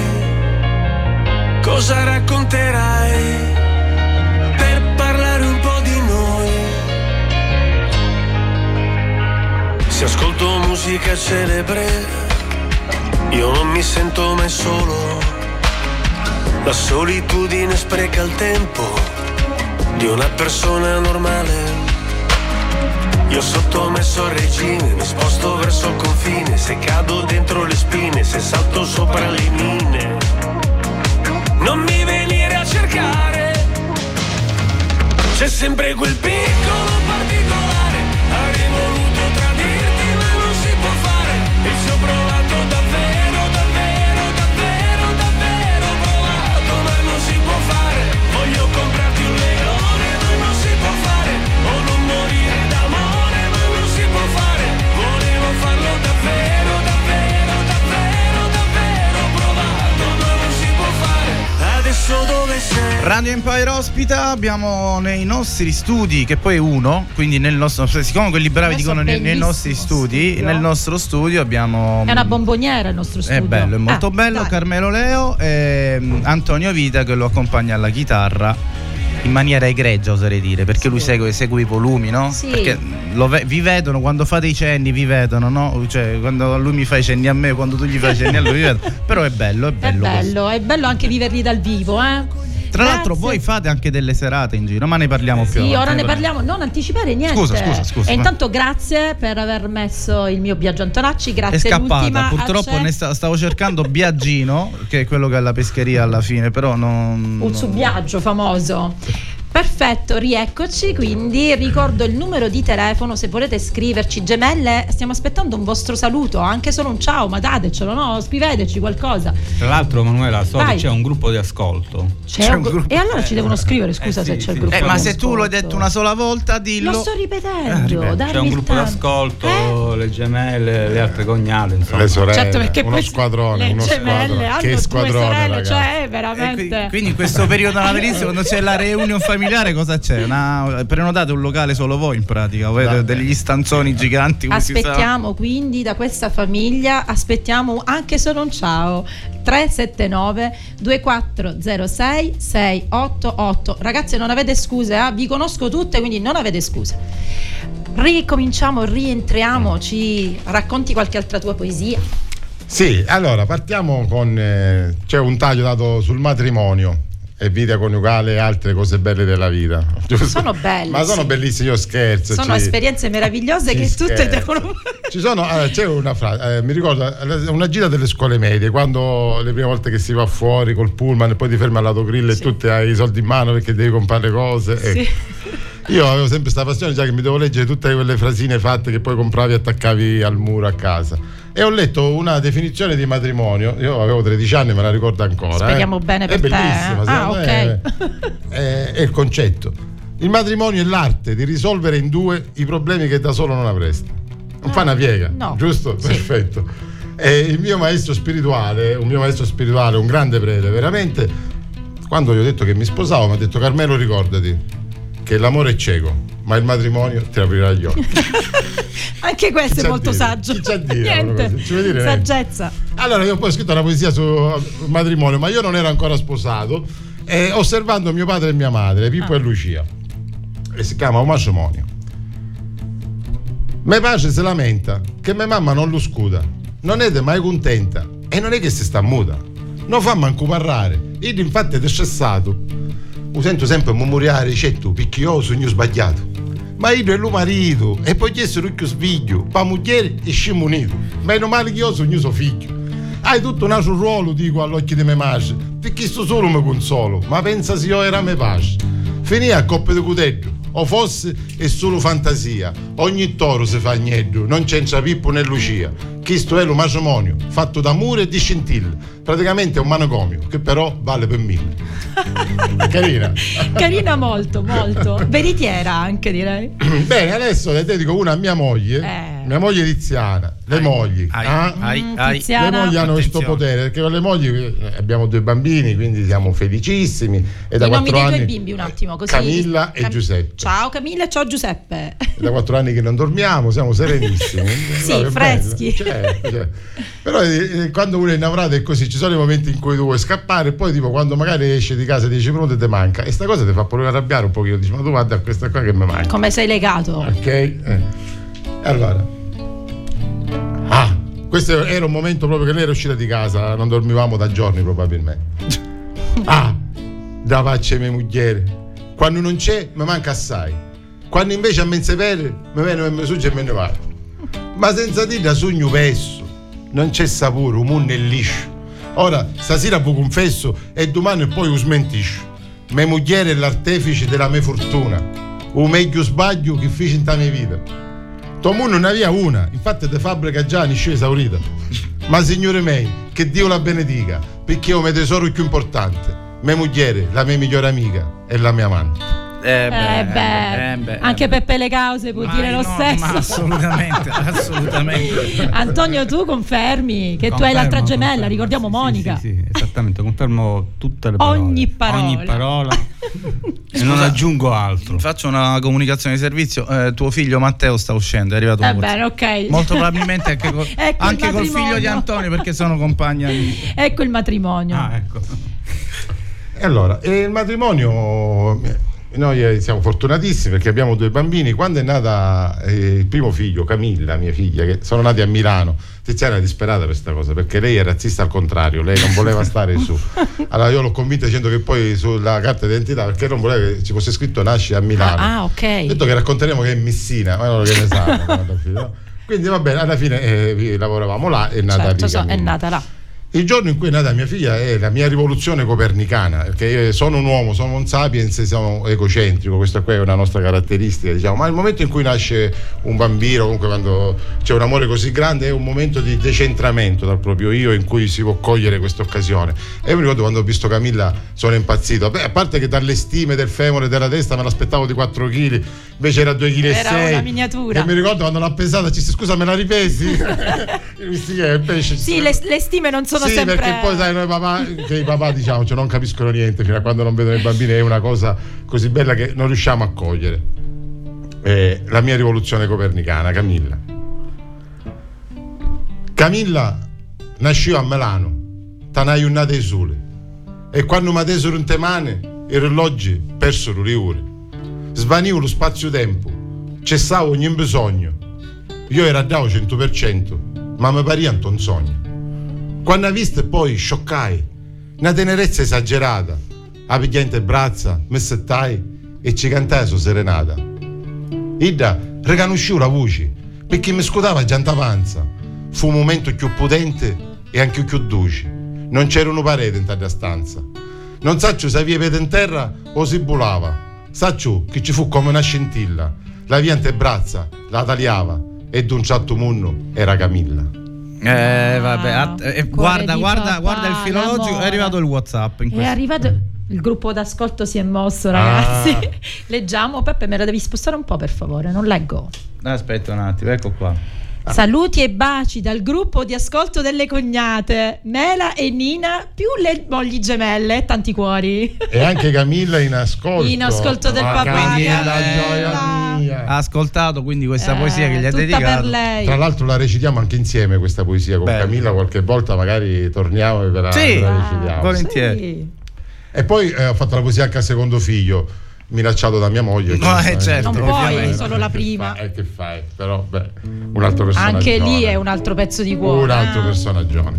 cosa racconterai per parlare un po' di noi? Se ascolto musica celebre, io non mi sento mai solo. La solitudine spreca il tempo di una persona normale. Io sottomesso al regime, mi sposto verso il confine, se cado dentro le spine, se salto sopra le mine. Non mi venire a cercare, c'è sempre quel piccolo particolare, avrei voluto tradirti ma non si può fare, e ci ho provato davvero, davvero, davvero, davvero provato, ma non si può fare. Voglio comprarti un leone ma non si può fare, o non morire d'amore ma non si può fare. Volevo farlo davvero, davvero, davvero, davvero provato, ma non si può fare. Adesso dove sei? Radio Empire ospita, abbiamo nei nostri studi, che poi è uno, quindi nel nostro, siccome quelli bravi dicono nei, nei nostri studi, studio. Nel nostro studio abbiamo, è una bomboniera il nostro studio, è bello, è molto ah, bello, dai. Carmelo Leo e Antonio Vita che lo accompagna alla chitarra in maniera egregia, oserei dire, perché sì, lui segue, segue i volumi, no? Sì. Perché lo ve- vi vedono quando fate i cenni, vi vedono, no? Cioè quando lui mi fa i cenni a me, quando tu gli fai i cenni a lui, vi vedono. Però è bello, è bello. È bello, è bello anche viverli dal vivo, eh? Tra Grazie. L'altro voi fate anche delle serate in giro, ma ne parliamo più. Sì, avanti, ora ne parliamo, non anticipare niente. Scusa, scusa, scusa. E intanto grazie per aver messo il mio Biagio Antonacci, grazie. È scappata, l'ultima purtroppo ne sta, stavo cercando Biagino, che è quello che ha la pescheria alla fine, però non... Un suo Biagio famoso. Perfetto, rieccoci, quindi ricordo il numero di telefono se volete scriverci. Gemelle, stiamo aspettando un vostro saluto, anche solo un ciao, ma datecelo, no? Scriveteci qualcosa. Tra l'altro, Manuela, so Vai. che c'è un gruppo di ascolto. C'è c'è un gruppo. E allora ci devono scrivere, scusa, eh, se sì, c'è il sì. gruppo Eh, ma di se ascolto. tu l'hai detto una sola volta, dillo. Lo sto ripetendo, Eh, dammi C'è un il gruppo tempo. d'ascolto, Eh? le gemelle, le altre cognate, insomma. Le sorelle, Certo, perché uno poi squadrone, le uno gemelle squadrone. hanno Che due squadrone, sorelle, ragazzi. cioè Eh, veramente. qui- quindi in questo periodo natalizio, quando c'è la reunion familiare, cosa c'è? Una, prenotate un locale solo voi in pratica, avete degli stanzoni giganti. Come si sa. Aspettiamo quindi da questa famiglia, aspettiamo anche solo un ciao. tre sette nove due quattro zero sei sei otto otto. Ragazzi, non avete scuse, eh? Vi conosco tutte, quindi non avete scuse. Ricominciamo, rientriamo, ci racconti qualche altra tua poesia? Sì, allora partiamo con eh, c'è un taglio dato sul matrimonio e vita coniugale e altre cose belle della vita. Giusto? Sono belle, Ma sono sì. bellissime, io scherzo. Sono ci- esperienze meravigliose ci che tutte scherzo. devono. Ci sono, eh, c'è una frase, eh, mi ricordo eh, una gita delle scuole medie, quando le prime volte che si va fuori col pullman e poi ti fermi all'autogrill e Sì. tu hai i soldi in mano perché devi comprare le cose. Sì. ecco. Io avevo sempre questa passione, già che mi devo leggere tutte quelle frasine fatte che poi compravi e attaccavi al muro a casa. E ho letto una definizione di matrimonio, io avevo tredici anni, me la ricordo ancora. Speriamo eh. bene per è te, bellissima, eh? secondo Ah, me è, è il concetto. Il matrimonio è l'arte di risolvere in due i problemi che da solo non avresti. Non Ah, fa una piega, no. giusto? Sì. Perfetto. E il mio maestro spirituale, un mio maestro spirituale, un grande prete, veramente, quando gli ho detto che mi sposavo, mi ha detto: Carmelo, ricordati che l'amore è cieco, ma il matrimonio ti aprirà gli occhi. Anche questo Chi è c'ha molto a dire? saggio. Chi c'ha a dire una Niente. cosa? Ci vuoi dire? Saggezza. Allora io poi ho scritto una poesia sul matrimonio, ma io non ero ancora sposato, e osservando mio padre e mia madre, Pippo Ah. e Lucia, e si chiama Un matrimonio. Mia padre si lamenta che mia mamma non lo scuda, non è mai contenta e non è che si sta muta, non fa manco parlare, io infatti è stressato. Lo sento sempre murmurare, c'è tu, perché io sogno sbagliato. Ma io è lo marito e poi essere più sveglio, pa moglie e scemo unito. Meno male che io sogno suo figlio. Hai tutto un altro ruolo, dico all'occhio di mia madre, perché sto solo mi consolo, ma pensa se io era mia pace. Finì a coppia di cutello, o fosse è solo fantasia. Ogni toro si fa agnello, non c'entra Pippo né Lucia. Questo è lo matrimonio, fatto d'amore e di scintille. Praticamente è un manicomio, che però vale per mille. Carina. Carina molto, molto. Veritiera anche, direi. Bene, adesso le dedico una a mia moglie, Eh. mia moglie Tiziana. Le Ai, mogli, ai, ah? ai, Mm, ai. Tiziana. Le mogli hanno questo Attenzione. potere, perché con le mogli eh, abbiamo due bambini, quindi siamo felicissimi. E da I nomi quattro dei anni tuoi bimbi un attimo, così. Camilla e Cam- Giuseppe. Ciao Camilla e ciao Giuseppe. Da quattro anni che non dormiamo, siamo serenissimi. Sì, Vabbè, freschi. bello. Certo, certo. Però eh, quando uno è innamorato è così, ci sono i momenti in cui tu vuoi scappare e poi tipo quando magari esci di casa dieci minuti e ti manca, e sta cosa ti fa pure arrabbiare un pochino, dici: ma tu guarda questa qua che mi manca. Come sei legato? Ok? Eh. Allora, ah, questo era un momento proprio che lei era uscita di casa, non dormivamo da giorni probabilmente. Ah, da faccia mia moglie, quando non c'è mi manca assai, quando invece a me sapere mi viene e mi sugge e me ne vado. Ma senza dire sogno pesso, non c'è sapore, un mondo è liscio. Ora, stasera vi confesso e domani poi lo smentisco. Mia moglie è l'artefice della mia fortuna, o meglio sbaglio che fece in ta mia vita. Tuo mondo non aveva una, infatti te fabbrica già ne scesa esaurita. Ma signore miei, che Dio la benedica, perché io ho mio tesoro più importante, mia moglie, la mia migliore amica e la mia amante. Eh beh, Eh beh, eh beh, anche eh beh. Peppe Le Cause può Ma dire lo no, stesso. ma assolutamente, assolutamente. Antonio, tu confermi che tu hai Confermo, l'altra gemella, confermo, ricordiamo sì, Monica. Sì, sì, sì, esattamente, confermo tutte le parole. Ogni parola. Ogni parola. E non aggiungo altro. Faccio una comunicazione di servizio. Eh, tuo figlio Matteo sta uscendo, è arrivato Eh un bene, ok. molto probabilmente anche, co- Ecco il anche col matrimonio. figlio di Antonio, perché sono compagni. Ecco il matrimonio. Ah, ecco. E allora, e il matrimonio, noi siamo fortunatissimi perché abbiamo due bambini. Quando è nata eh, il primo figlio, Camilla, mia figlia, che sono nati a Milano, Tiziana è disperata per questa cosa, perché lei è razzista al contrario, lei non voleva stare su. Allora io l'ho convinta dicendo che poi sulla carta d'identità, perché non voleva che ci fosse scritto nasce a Milano. Ah, ah, ok. Ho detto che racconteremo che è Messina, ma non che ne sa. No? Quindi va bene, alla fine eh, lavoravamo là, è nata Certo, lì so, è Camilla. nata là. Il giorno in cui è nata mia figlia è la mia rivoluzione copernicana, perché io sono un uomo, sono un sapiens, sono egocentrico, questa qua è una nostra caratteristica, diciamo, ma il momento in cui nasce un bambino, comunque quando c'è un amore così grande, è un momento di decentramento dal proprio io in cui si può cogliere questa occasione. E io mi ricordo quando ho visto Camilla sono impazzito. Beh, a parte che dalle stime del femore e della testa me l'aspettavo di quattro chili, invece era due virgola sei kg. Era una miniatura. E mi ricordo quando l'ha pesata, ci disse scusa me la ripesi? Sì, è pesce. Sì, le, le stime non sono sì, sempre... perché poi sai noi papà, che i papà diciamo cioè, non capiscono niente fino a quando non vedono i bambini, è una cosa così bella che non riusciamo a cogliere. Eh, la mia rivoluzione copernicana, Camilla. Camilla nasceva a Milano, tanai un nate sole, e quando mi tesero in te mani i orologi persero le ore, svanivo lo spazio-tempo, cessavo ogni bisogno, io era dato cento per cento, ma mi pariva un sogno. Quando ha visto poi scioccai, una tenerezza esagerata, a pigliante braccia, mi settai e ci cantai su serenata. Ida riconoscivo la voce, perché mi scudava già in panza. Fu un momento più potente e anche più dolce. Non c'era una parete in tale stanza. Non saccio se aveva piede in terra o si bulava. Saccio che ci fu come una scintilla. La via in te braccia, la tagliava e d'un certo munno era Camilla. Eh vabbè, att- eh, guarda, guarda, papà, guarda il filologico, l'amore. È arrivato il WhatsApp. In è arrivato il gruppo d'ascolto si è mosso, ragazzi. Ah. Leggiamo, Peppe, me la devi spostare un po' per favore, non leggo. Aspetta un attimo, ecco qua. Ah. Saluti e baci dal gruppo di ascolto delle cognate Mela e Nina, più le mogli gemelle, tanti cuori. E anche Camilla in ascolto. In ascolto del ah, papà. Camilla, la gioia mia. Ha ascoltato quindi questa eh, poesia che gli ha dedicato. Per lei. Tra l'altro la recitiamo anche insieme questa poesia con Beh. Camilla, qualche volta magari torniamo e ve la, sì, la recitiamo. Volentieri. Sì. E poi eh, ho fatto la poesia anche al secondo figlio, minacciato da mia moglie. No, eh, certo, non puoi, solo la prima. E che fai? Però, beh, un altro personaggio. Anche lì è un altro pezzo di cuore. Un altro eh. personaggio.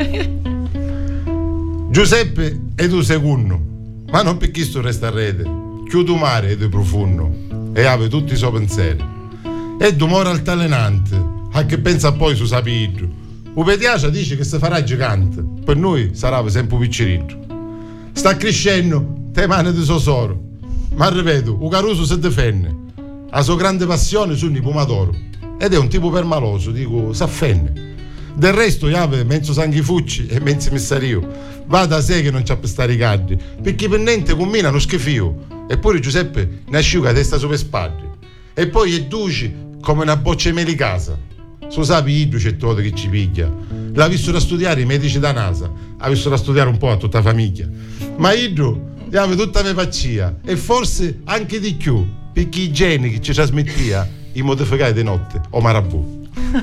Giuseppe e tu secondo, ma non perché sto resta a rete, chiudo mare ed è profondo e ave tutti i suoi pensieri. E d'umore altalenante, anche pensa poi su sapidro. Un pediatra dice che si farà gigante, per noi sarà sempre un piccerino. Sta crescendo, te mani di sosoro. Ma ripeto, un caruso si difende. La sua grande passione sono i pomodoro. Ed è un tipo permaloso, dico, s'affenne. Del resto, Iave, mezzo sanguifucci e mezzo missario. Va da sé che non c'ha per stare i cardi, perché per niente combinano schifio. Eppure Giuseppe ne asciuga testa sopra le spalle. E poi è duci come una boccia di melicasa. So sapi Idru c'è tutto che ci piglia. L'ha visto da studiare i medici da NASA. Ha visto da studiare un po' a tutta la famiglia. Ma Idru aveva tutta la paccia e forse anche di più, perché i geni che ci trasmettia i modificati di notte o marabù.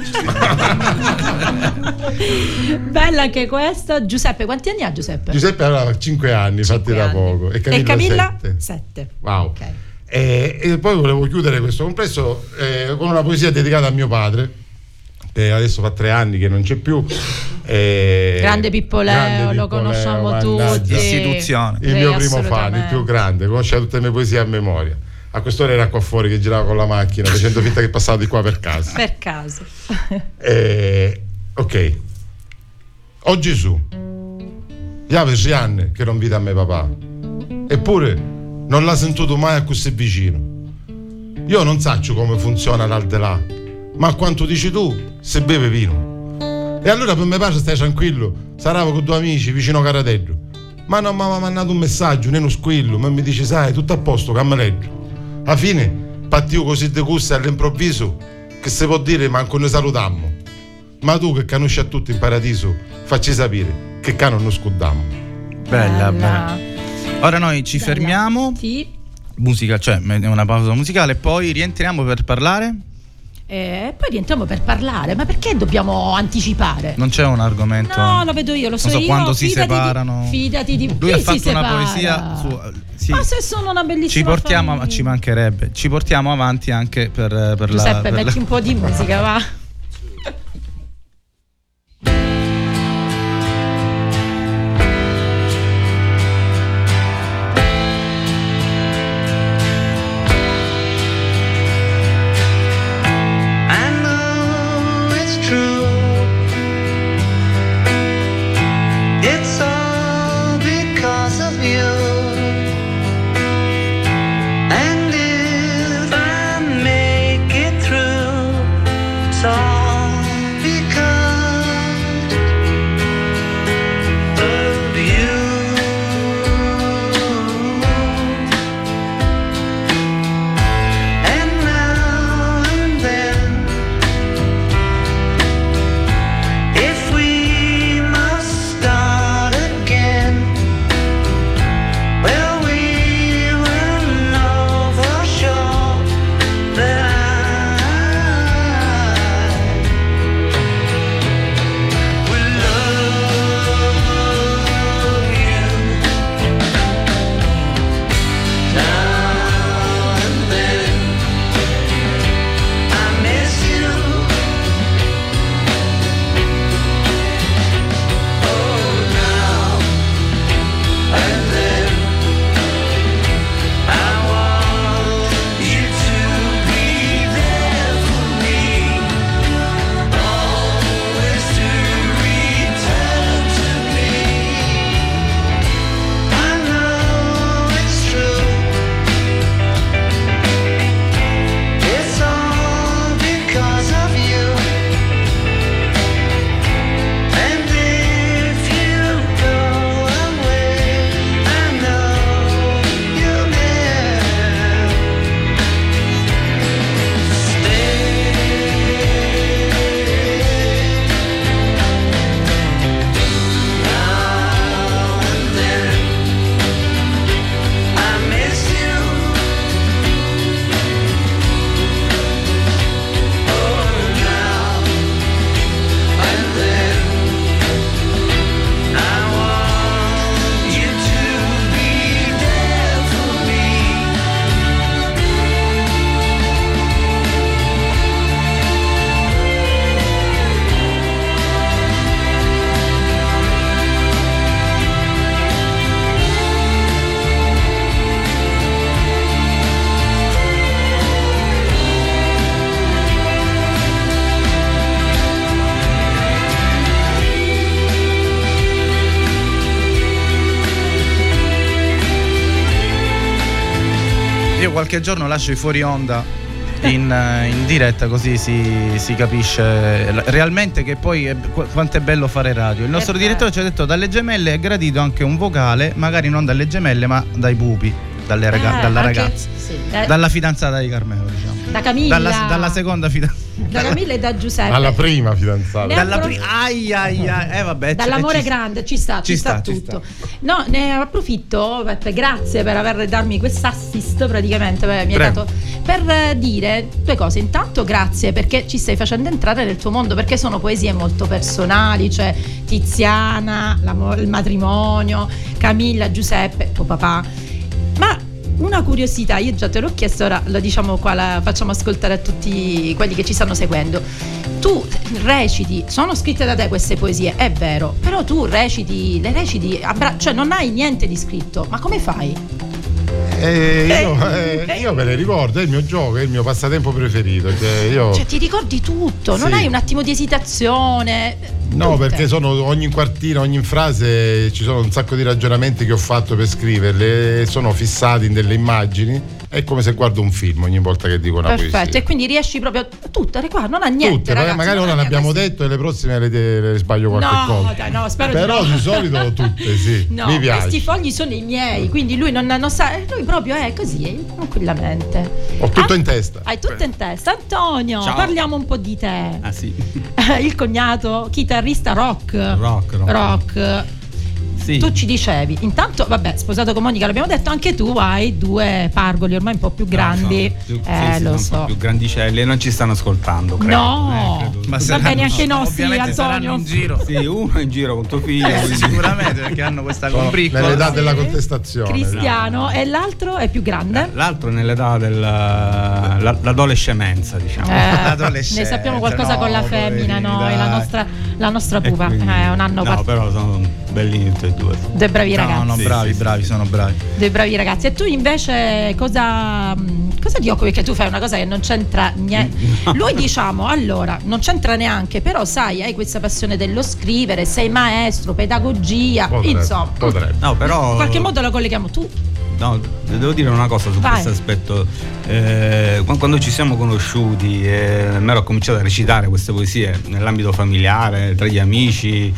Bella anche questa. Giuseppe, quanti anni ha Giuseppe? Giuseppe aveva cinque anni, fatti da poco. E Camilla, e Camilla? sette. Wow. Okay. E, e poi volevo chiudere questo complesso eh, con una poesia dedicata a mio padre, che adesso fa tre anni che non c'è più. Eh, grande Pippo Leo, grande Pippo lo conosciamo Leo, tutti. Istituzione. Il mio primo fan, il più grande, conosceva tutte le mie poesie a memoria. A quest'ora era qua fuori che girava con la macchina facendo finta che passava di qua per caso. Per caso. Eh, ok. Oh Gesù, io avevo sei anni che non vide a me papà, eppure non l'ha sentito mai a così vicino. Io non saccio come funziona l'aldilà, ma quanto dici tu, se beve vino. E allora per me pace stai tranquillo, sarà con due amici vicino Caradello. Ma non mi aveva mandato un messaggio, né uno squillo, ma mi dice sai, tutto a posto, cammelleggio. Alla fine partio così de gusto all'improvviso che si può dire manco ne salutammo. Ma tu che conosci a tutti in paradiso, facci sapere che cano non scudammo. Bella, bella. Ora noi ci bella. fermiamo. Sì. Musica, cioè una pausa musicale, poi rientriamo per parlare. E poi rientriamo per parlare, ma perché dobbiamo anticipare? Non c'è un argomento. No, lo vedo io, lo so, non so io. Quando si fidati separano. Di, fidati di Lui chi ha fatto si una separa? poesia su, sì. Ma se sono una bellissima ci portiamo, famiglia. Ci mancherebbe. Ci portiamo avanti anche per, per Giuseppe, la per metti la... un po' di musica, va. qualche giorno lascio i fuori onda in, in diretta, così si, si capisce realmente che poi è, quanto è bello fare radio. Il nostro direttore ci ha detto dalle gemelle è gradito anche un vocale, magari non dalle gemelle ma dai pupi, dalle raga- eh, dalla ragazza, sì. eh. dalla fidanzata di Carmelo, diciamo. Da Camilla, dalla, dalla seconda fidanzata, da Camilla e da Giuseppe, alla prima fidanzata, dalla pri- ai, ai, ai. Eh, vabbè, dall'amore ci grande ci sta, ci, ci sta, sta tutto. Ci sta. No, ne approfitto, Peppe, grazie per aver darmi questo assist praticamente, mi hai dato per dire due cose. Intanto grazie perché ci stai facendo entrare nel tuo mondo, perché sono poesie molto personali, cioè Tiziana, il matrimonio, Camilla, Giuseppe, tuo papà. Ma una curiosità, io già te l'ho chiesto, ora lo diciamo qua, la facciamo ascoltare a tutti quelli che ci stanno seguendo. Tu reciti, sono scritte da te queste poesie, è vero, però tu reciti, le reciti, cioè non hai niente di scritto, ma come fai? Eh, io, eh, io me le ricordo, è il mio gioco, è il mio passatempo preferito. Cioè, io... cioè ti ricordi tutto, non sì. hai un attimo di esitazione? No, tutte. Perché sono ogni quartina, ogni frase, ci sono un sacco di ragionamenti che ho fatto per scriverle, sono fissati in delle immagini. È come se guardo un film ogni volta che dico una Perfetto, poesia. Perfetto, e quindi riesci proprio tutte, qua non ha niente. Tutte, ragazzi, magari ora ne abbiamo detto e le prossime le, le sbaglio qualche no, cosa. Dai, no, spero Però di, no. di solito tutte, sì. No, mi piace. Questi fogli sono i miei, quindi lui non, non sa, lui proprio è così, tranquillamente. Ho tutto ah, in testa. Hai tutto in testa. Antonio, ciao. Parliamo un po' di te. Ah sì. Il cognato, chitarrista rock. Rock, rock. Rock. Sì. Tu ci dicevi, intanto vabbè, sposato con Monica l'abbiamo detto, anche tu hai due pargoli ormai un po' più grandi, no, più, eh sì, sì, lo sono so, un po' più grandicelli e non ci stanno ascoltando, credo. No, eh, credo. Ma va bene anche i nostri, ovviamente Antonio. in giro. Sì, uno in giro con tuo figlio, eh, sicuramente, perché hanno questa combriccola nell'età sì. della contestazione. Cristiano, no. E l'altro è più grande? L'altro nell'età dell'adolescenza, diciamo. Eh, ne sappiamo qualcosa no, con la femmina, noi, la nostra, la nostra pupa, quindi, è un anno no, part- però sono bellini tutti e due. Dei bravi no, ragazzi. No, sì, bravi, sì, bravi, sì. sono bravi. Dei bravi ragazzi. E tu invece cosa, cosa ti occupi? Perché tu fai una cosa che non c'entra niente. No. Lui diciamo, allora, non c'entra neanche, però sai, hai questa passione dello scrivere, sei maestro, pedagogia, potrebbe, insomma. Potrebbe. No, però in qualche modo lo colleghiamo tu. No, devo dire una cosa su Vai. questo aspetto. Eh, quando ci siamo conosciuti e eh, me ho cominciato a recitare queste poesie nell'ambito familiare, tra gli amici,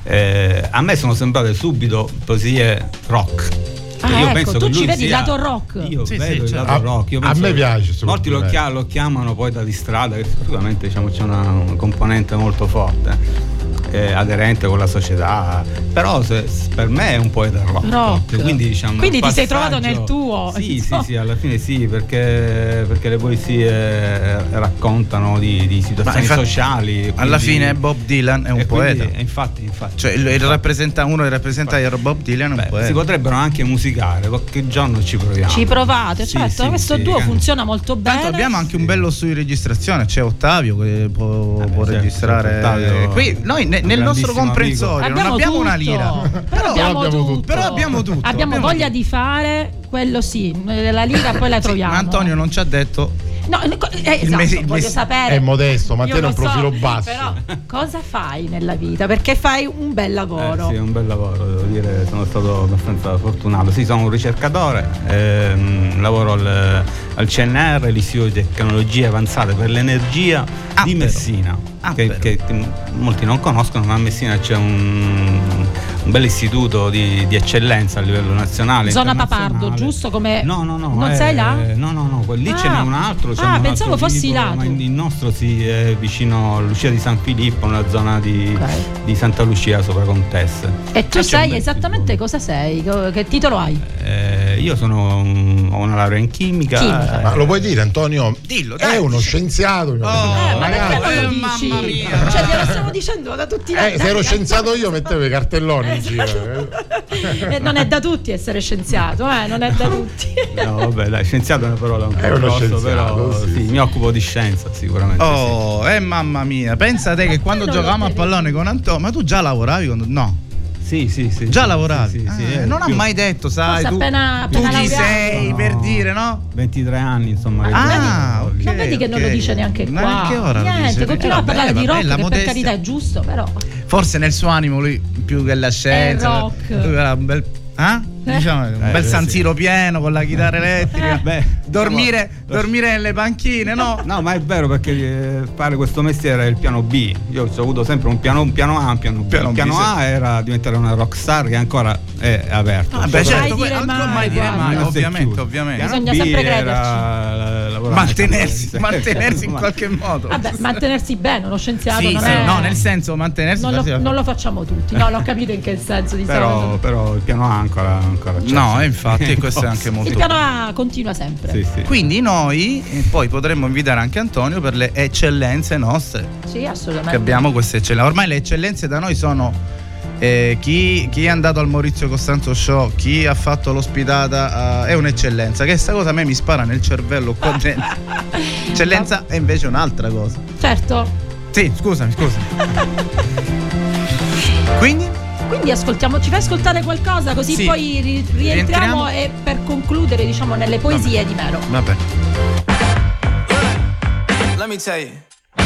eh, a me sono sembrate subito poesie rock. Ah, io ecco, penso tu che ci lui vedi il sia, lato rock. Io sì, vedo sì, il certo. lato rock. Io a me piace. Molti lo, chia- lo chiamano poeta di strada, che sicuramente diciamo, c'è una, una componente molto forte. Eh, aderente con la società, però se, per me è un poeta rock, rock. quindi diciamo quindi ti sei passaggio, trovato nel tuo sì sì sì alla fine sì, perché perché le poesie raccontano di, di situazioni infatti, sociali, quindi, alla fine Bob Dylan è un poeta, quindi, infatti infatti cioè il, il rappresenta, uno che rappresenta Bob Dylan è un Beh, poeta. si potrebbero anche musicare, qualche giorno ci proviamo, ci provate, sì, certo, sì, questo sì, duo sì. funziona molto bene. Tanto abbiamo anche sì. un bello studio di registrazione, c'è Ottavio che può, Vabbè, può certo, registrare Ottavio, qui noi ne, nel nostro comprensorio abbiamo non abbiamo tutto, una lira, però abbiamo, abbiamo tutto. tutto. però abbiamo tutto, abbiamo abbiamo voglia tutto. di fare quello, sì, la lira poi la Sì, troviamo. ma Antonio non ci ha detto. No, eh, esatto, mesi- il voglio mesi- sapere. È modesto, ma Io te hai lo un profilo so, basso. Però cosa fai nella vita? Perché fai un bel lavoro. Eh, sì, è un bel lavoro, devo dire, sono stato abbastanza fortunato. Sì, sono un ricercatore, ehm, lavoro al, al C N R, l'Istituto di Tecnologie Avanzate per l'Energia ah, di però. Messina, ah, che, che, che molti non conoscono, ma a Messina c'è un, un bel istituto di, di eccellenza a livello nazionale. Zona Papardo, giusto? Come No, no, no. Non eh, sei là? No, no, no, lì Ah. ce n'è un altro. C'è Ah, un pensavo altro fossi tipo, là ma tu. il nostro sì, è vicino all'uscita di San Filippo, nella zona di, Ok. di Santa Lucia sopra Contesse. E tu Ah, c'è un sai bel esattamente tipo. cosa sei? Co- Che titolo hai? Eh, io sono un- ho una laurea in chimica. Chimica. eh, Ma lo puoi dire, Antonio? Dillo, È uno scienziato. Oh, Eh, ma ragazzi. perché non lo eh, dici? mamma mia. Cioè, glielo stiamo dicendo da tutti i lati. Eh, se ero scienziato io mettevo i cartelloni in giro. Eh, non è da tutti essere scienziato, eh, non è da tutti. No, vabbè, dai, scienziato è una parola un po' È uno grossa, scienziato, però sì, sì, sì. mi occupo di scienza sicuramente. Oh, eh mamma mia, pensa te che quando quello giocavamo lo a pallone con Antonio, ma tu già lavoravi con... No, sì. Sì, sì, sì. già sì, lavoravi. sì, sì, Ah, eh, non ha più- mai detto, sai, Forse tu, appena- tu appena chi laureato. sei No. per dire, no? ventitré anni, insomma. che Ah, lavoro. ok. Non vedi che non lo ok. dice neanche qua. Ma che ora lo Niente, dice? continua Eh, a parlare vabbè, di vabbè, rock, la che per modestia. carità è giusto, però. Forse nel suo animo lui più che la scienza. rock. Lui era un bel... Ah? Diciamo, un eh, bel beh, San sì. Siro pieno con la chitarra elettrica. Beh, dormire, però, dormire nelle panchine, no? No, ma è vero, perché eh, fare questo mestiere è il piano B. Io ho avuto sempre un piano, un piano A, un piano B. Piano il piano B, A era diventare una rockstar, che ancora è aperto. Ah, beh, certo, mai dire non mai, mai dire mai, non si è ovviamente, chiuso. ovviamente. Piano Bisogna B sempre era lavorare Mantenersi, nel mantenersi in Ma- qualche modo. Vabbè, mantenersi bene, uno scienziato Sì, non sì, è... no, nel senso mantenersi. non lo, faceva- non lo facciamo tutti, no, l'ho capito in che senso di Però, solito. però il piano A ancora, ancora c'è. No, e infatti questo è anche molto. Il piano A continua sempre. Sì, sì. Quindi noi eh, poi potremmo invitare anche Antonio per le eccellenze nostre. Sì, assolutamente. Che abbiamo queste eccellenze. Ormai le eccellenze da noi sono eh, chi, chi è andato al Maurizio Costanzo Show, chi ha fatto l'ospitata, eh, è un'eccellenza. Che sta cosa a me mi spara nel cervello qua dentro. Eccellenza è invece un'altra cosa. Certo. Sì, scusami, scusami. Quindi? Quindi ascoltiamo, ci fai ascoltare qualcosa così Sì. poi ri- rientriamo Rientriamo. e per concludere, diciamo, nelle poesie di Melo. Vabbè. Let me tell you,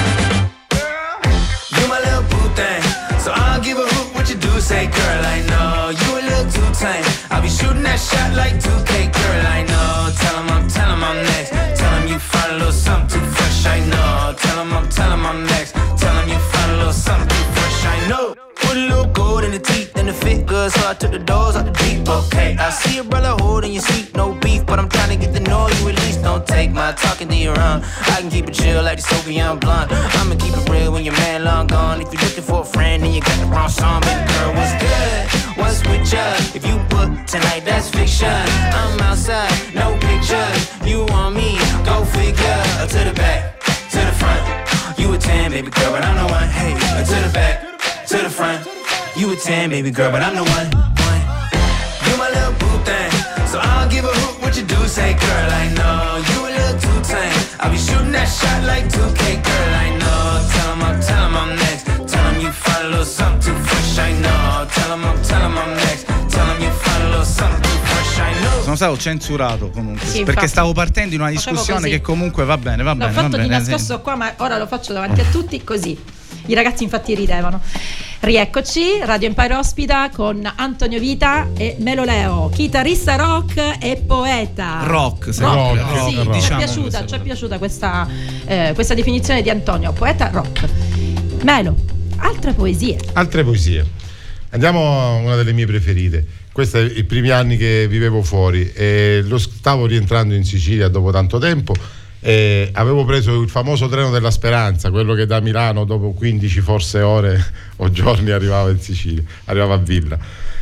you my little boo thing, so I'll give a hoot what you do say, girl. I know you a little too tame. I'll be shooting that shot like two K, girl. I know. Tell 'em I'm, tell 'em I'm next. Tell 'em you find a little something too fresh. I know. Tell 'em I'm, tell 'em I'm next. Tell 'em you find a little something too fresh. I know. Put a little gold in the teeth and the fit good, so I took the doors out the deep. Okay, I see a brother holding your seat, no beef, but I'm trying to get to know you at least. Don't take my talking to your own. I can keep it chill like the Soviet blunt. I'ma keep it real when your man long gone. If you're looking for a friend and you got the wrong song, baby girl, what's good? What's with ya? If you book tonight, that's fiction. I'm outside, no pictures. You want me? Go figure. To the back, to the front. You a ten, baby girl, but I'm the one. Hey, to the back, to the front. You a ten, baby girl, but I'm the one. one. You my little boo thing, so I'll give a hoot what you do say, girl. I know you a little too tame. I'll be shooting that shot like two K, girl. I know. Tell 'em I'm, tell 'em I'm next. Tell 'em you find a little something too fresh. I know. Tell 'em I'm, tell 'em I'm next. Tell 'em you find a little something too fresh. I know. Sono stato censurato comunque, Sì, perché infatti. stavo partendo in una Facevo discussione così. che comunque va bene, va L'ho bene. va fatto di bene, nascosto qua, ma ora lo faccio davanti a tutti così. I ragazzi infatti ridevano. Rieccoci, Radio Empire ospita con Antonio Vita e Melo Leo, chitarrista rock e poeta. Rock, se rock, rock, sì, rock, ci è rock. piaciuta, Diciamo ci è piaciuta questa, eh, questa definizione di Antonio, poeta rock. Melo, altre poesie. Altre poesie. Andiamo a una delle mie preferite. Questi sono i primi anni che vivevo fuori e lo stavo rientrando in Sicilia dopo tanto tempo e avevo preso il famoso treno della speranza, quello che da Milano dopo quindici forse ore o giorni arrivava in Sicilia, arrivava a Villa.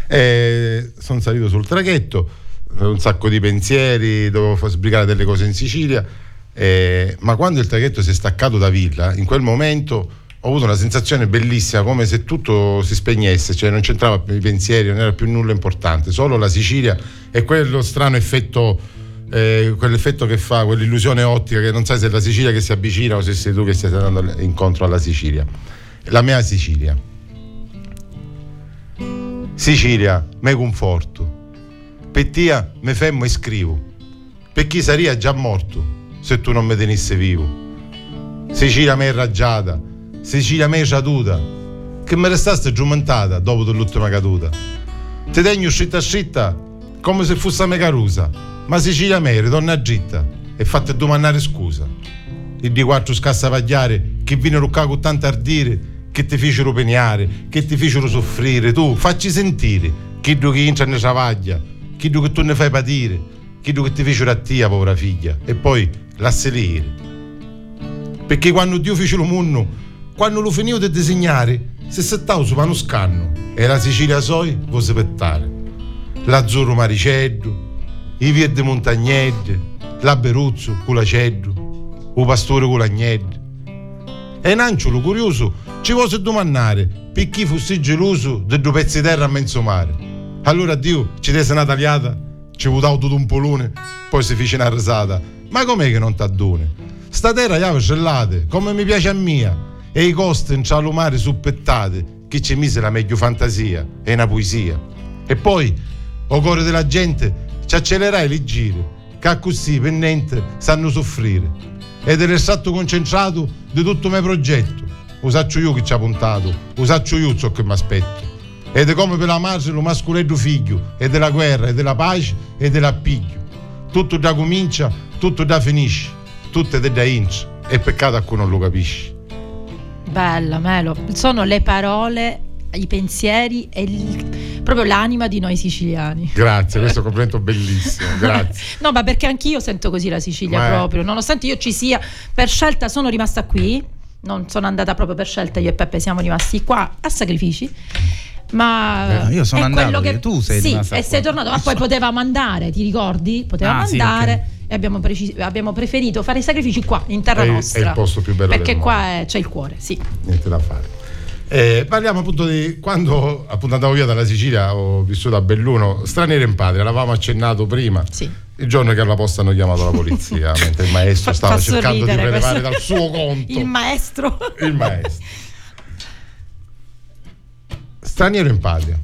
E sono salito sul traghetto, un sacco di pensieri, dovevo far sbrigare delle cose in Sicilia, e, ma quando il traghetto si è staccato da Villa, in quel momento ho avuto una sensazione bellissima, come se tutto si spegnesse, cioè non c'entrava più i pensieri, non era più nulla importante, solo la Sicilia e quello strano effetto, eh, quell'effetto che fa, quell'illusione ottica che non sai se è la Sicilia che si avvicina o se sei tu che stai andando incontro alla Sicilia. La mia Sicilia. Sicilia, me conforto. Per tia me fermo e scrivo. Per chi saria già morto se tu non mi tenissi vivo. Sicilia me raggiata. Sicilia me caduta, che mi restaste giumentata dopo dell'ultima caduta. Ti tengo scitta scitta come se fosse me carusa, ma Sicilia me ritorna dritta e fate domandare scusa. Il di quattro scassa pagliare che viene ruccà con tanto ardire, che ti fecero peniare, che ti fecero soffrire. Tu facci sentire chi che entra ne travaglia, chi che tu ne fai patire, chi che ti fecero a tia, povera figlia, e poi l'asselire. Perché quando Dio fece lo mondo, quando lo finivo di disegnare, si settava su pano scanno e la Sicilia soi può aspettare. L'azzurro mariceddo, i verde montagnette, l'Aberuzzo con l'aceddo, o pastore con l'agneddo. E in anciolo curioso ci vuole domandare per chi fosse geloso di due pezzi di terra a mezzo mare. Allora Dio ci desse una tagliata, ci votava tutto un polone, poi si fece una risata. Ma com'è che non t'addone? Sta terra chiave cellate, come mi piace a mia, e i costi in cielo mare suppettate, che ci mise la meglio fantasia e una poesia. E poi, o cuore della gente, ci accelerai le giri, che così per niente sanno soffrire. Ed è stato concentrato di tutto il mio progetto. Usaccio io che ci ha puntato, usaccio io ciò che mi aspetto. ed è come per la madre lo mascoletto figlio, e della guerra, e della pace, e dell'appiglio. Tutto da comincia, tutto da finisce, tutto è da inizio, è peccato a cui non lo capisci. Bella, Melo, sono le parole, i pensieri e il, proprio l'anima di noi siciliani. Grazie, questo è un complimento bellissimo, grazie. No, ma perché anch'io sento così la Sicilia, ma proprio, nonostante io ci sia per scelta, sono rimasta qui, non sono andata proprio per scelta, io e Peppe siamo rimasti qua a sacrifici. Ma eh, io sono andato, che tu sei sì, rimasta e qua. sei tornato, ma poi potevamo andare, ti ricordi? Potevamo ah, andare sì, okay. E abbiamo, preci- abbiamo preferito fare i sacrifici qua, in terra è, nostra. È il posto più bello perché del qua mondo. è, c'è il cuore, sì. Niente da fare. Eh, parliamo appunto di quando appunto andavo via dalla Sicilia, ho vissuto a Belluno, straniero in patria, l'avevamo accennato prima. Sì. Il giorno che alla posta hanno chiamato la polizia, mentre il maestro stava cercando di prelevare dal suo conto. Il maestro. Il maestro. Straniero in patria.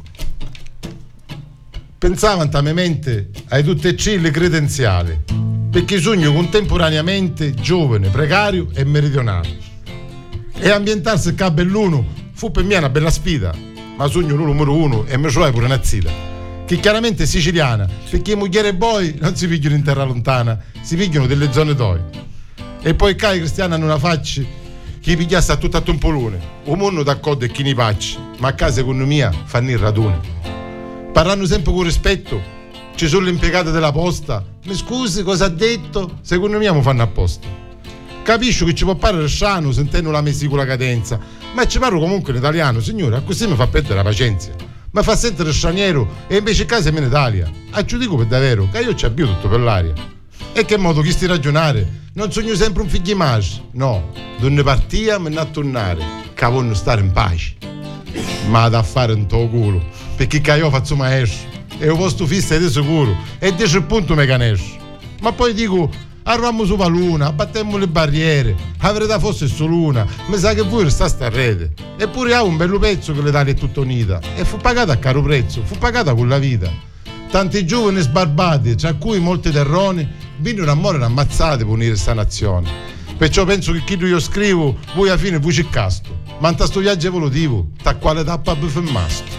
Pensava mente ai tutte e tre le credenziali, perché sogno contemporaneamente giovane, precario e meridionale. E ambientarsi qua a Belluno fu per me una bella sfida, ma sogno numero uno e me ce l'hai pure una zita, che chiaramente è siciliana, perché moglie e boy non si pigliano in terra lontana, si pigliano delle zone d'oi. E poi qua i cristiani hanno una faccia che pigliasse a tutto a Tompolone, un mondo d'accordo e chi ne pacci, ma a casa economia fanno il radune. Parlando sempre con rispetto, ci sono le impiegate della posta, mi scusi cosa ha detto? Secondo me mi fanno apposta. Capisco che ci può parere strano sentendo la messicola cadenza, ma ci parlo comunque in italiano, signore, così mi fa perdere la pazienza. Mi fa sentire straniero e invece casa è in Italia. A giudico per davvero, che io ci abbio tutto per l'aria. E che modo chi sti ragionare? Non sogno sempre un figlio mage, no, donne partiamo e non tornare, che vogliono stare in pace. Ma da fare un tuo culo, perché che io faccio maestro e il posto fisso è di sicuro e dieci appunto me canesco. Ma poi dico, arriviamo sulla luna, battemmo le barriere, la verità fosse solo una, mi sa che voi restate a rete. Eppure ha un bello pezzo che l'Italia è tutta unita e fu pagata a caro prezzo, fu pagata con la vita. Tanti giovani sbarbati, tra cui molti terroni, vennero a morire ammazzati per unire sta nazione. Perciò penso che chi io scrivo, voi alla fine voi ci casto. Ma in questo viaggio evolutivo, ta quale tappa per masto.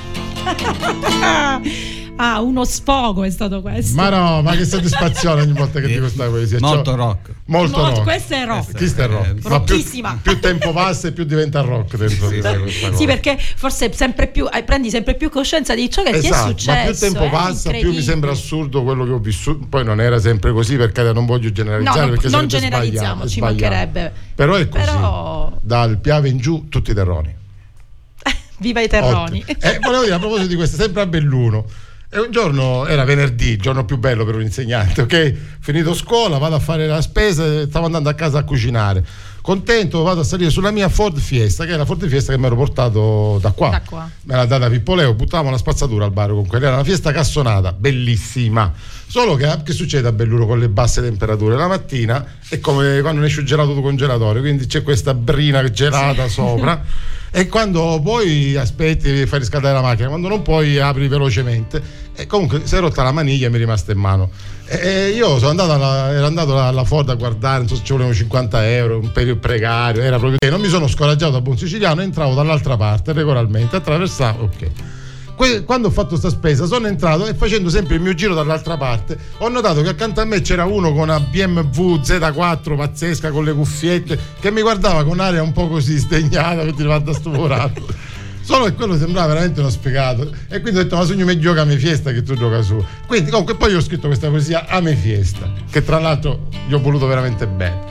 Ah, uno sfogo è stato questo. Ma no, ma che soddisfazione ogni volta che dico questa poesia. Molto rock. Molto, Molto rock. Questo è rock. Questo è rock. Eh, ma più, rocchissima. più tempo passa e più diventa rock dentro sì, di te questa cosa. Sì, perché forse sempre più eh, prendi sempre più coscienza di ciò che esatto, ti è successo. Ma più tempo eh, passa, più mi sembra assurdo quello che ho vissuto. Poi non era sempre così, perché non voglio generalizzare. No, non, perché non generalizziamo, ci mancherebbe. Però è così. Però... Dal Piave in giù, tutti i terroni. Viva i terroni. Eh, volevo dire a proposito di questo, sempre a Belluno. E un giorno, era venerdì, il giorno più bello per un insegnante, ok? Finito scuola, vado a fare la spesa, stavo andando a casa a cucinare. Contento, vado a salire sulla mia Ford Fiesta, che è la Ford Fiesta che mi ero portato da qua. Da qua. Me l'ha data Pippo Leo, buttavamo la spazzatura al bar con quella, era una fiesta cassonata, bellissima. Solo che, che succede a Belluno con le basse temperature? La mattina è come quando ne esce gelato tu congelatore, quindi c'è questa brina gelata sì. sopra. E quando poi aspetti, fai riscaldare la macchina, quando non puoi apri velocemente. E comunque si è rotta la maniglia e mi è rimasta in mano. E io sono andato alla, ero andato alla Ford a guardare, non so se ci volevano cinquanta euro, un periodo precario, era proprio. Non mi sono scoraggiato da buon siciliano, entravo dall'altra parte regolarmente, attraversavo, ok. Quando ho fatto sta spesa sono entrato e facendo sempre il mio giro dall'altra parte ho notato che accanto a me c'era uno con una B M W Z quattro pazzesca con le cuffiette che mi guardava con aria un po' così sdegnata che ti guarda stuporato. Solo che quello sembrava veramente uno sfigato e quindi ho detto ma sogno meglio che a me fiesta che tu gioca su. Quindi comunque poi io ho scritto questa poesia a me fiesta che tra l'altro gli ho voluto veramente bene.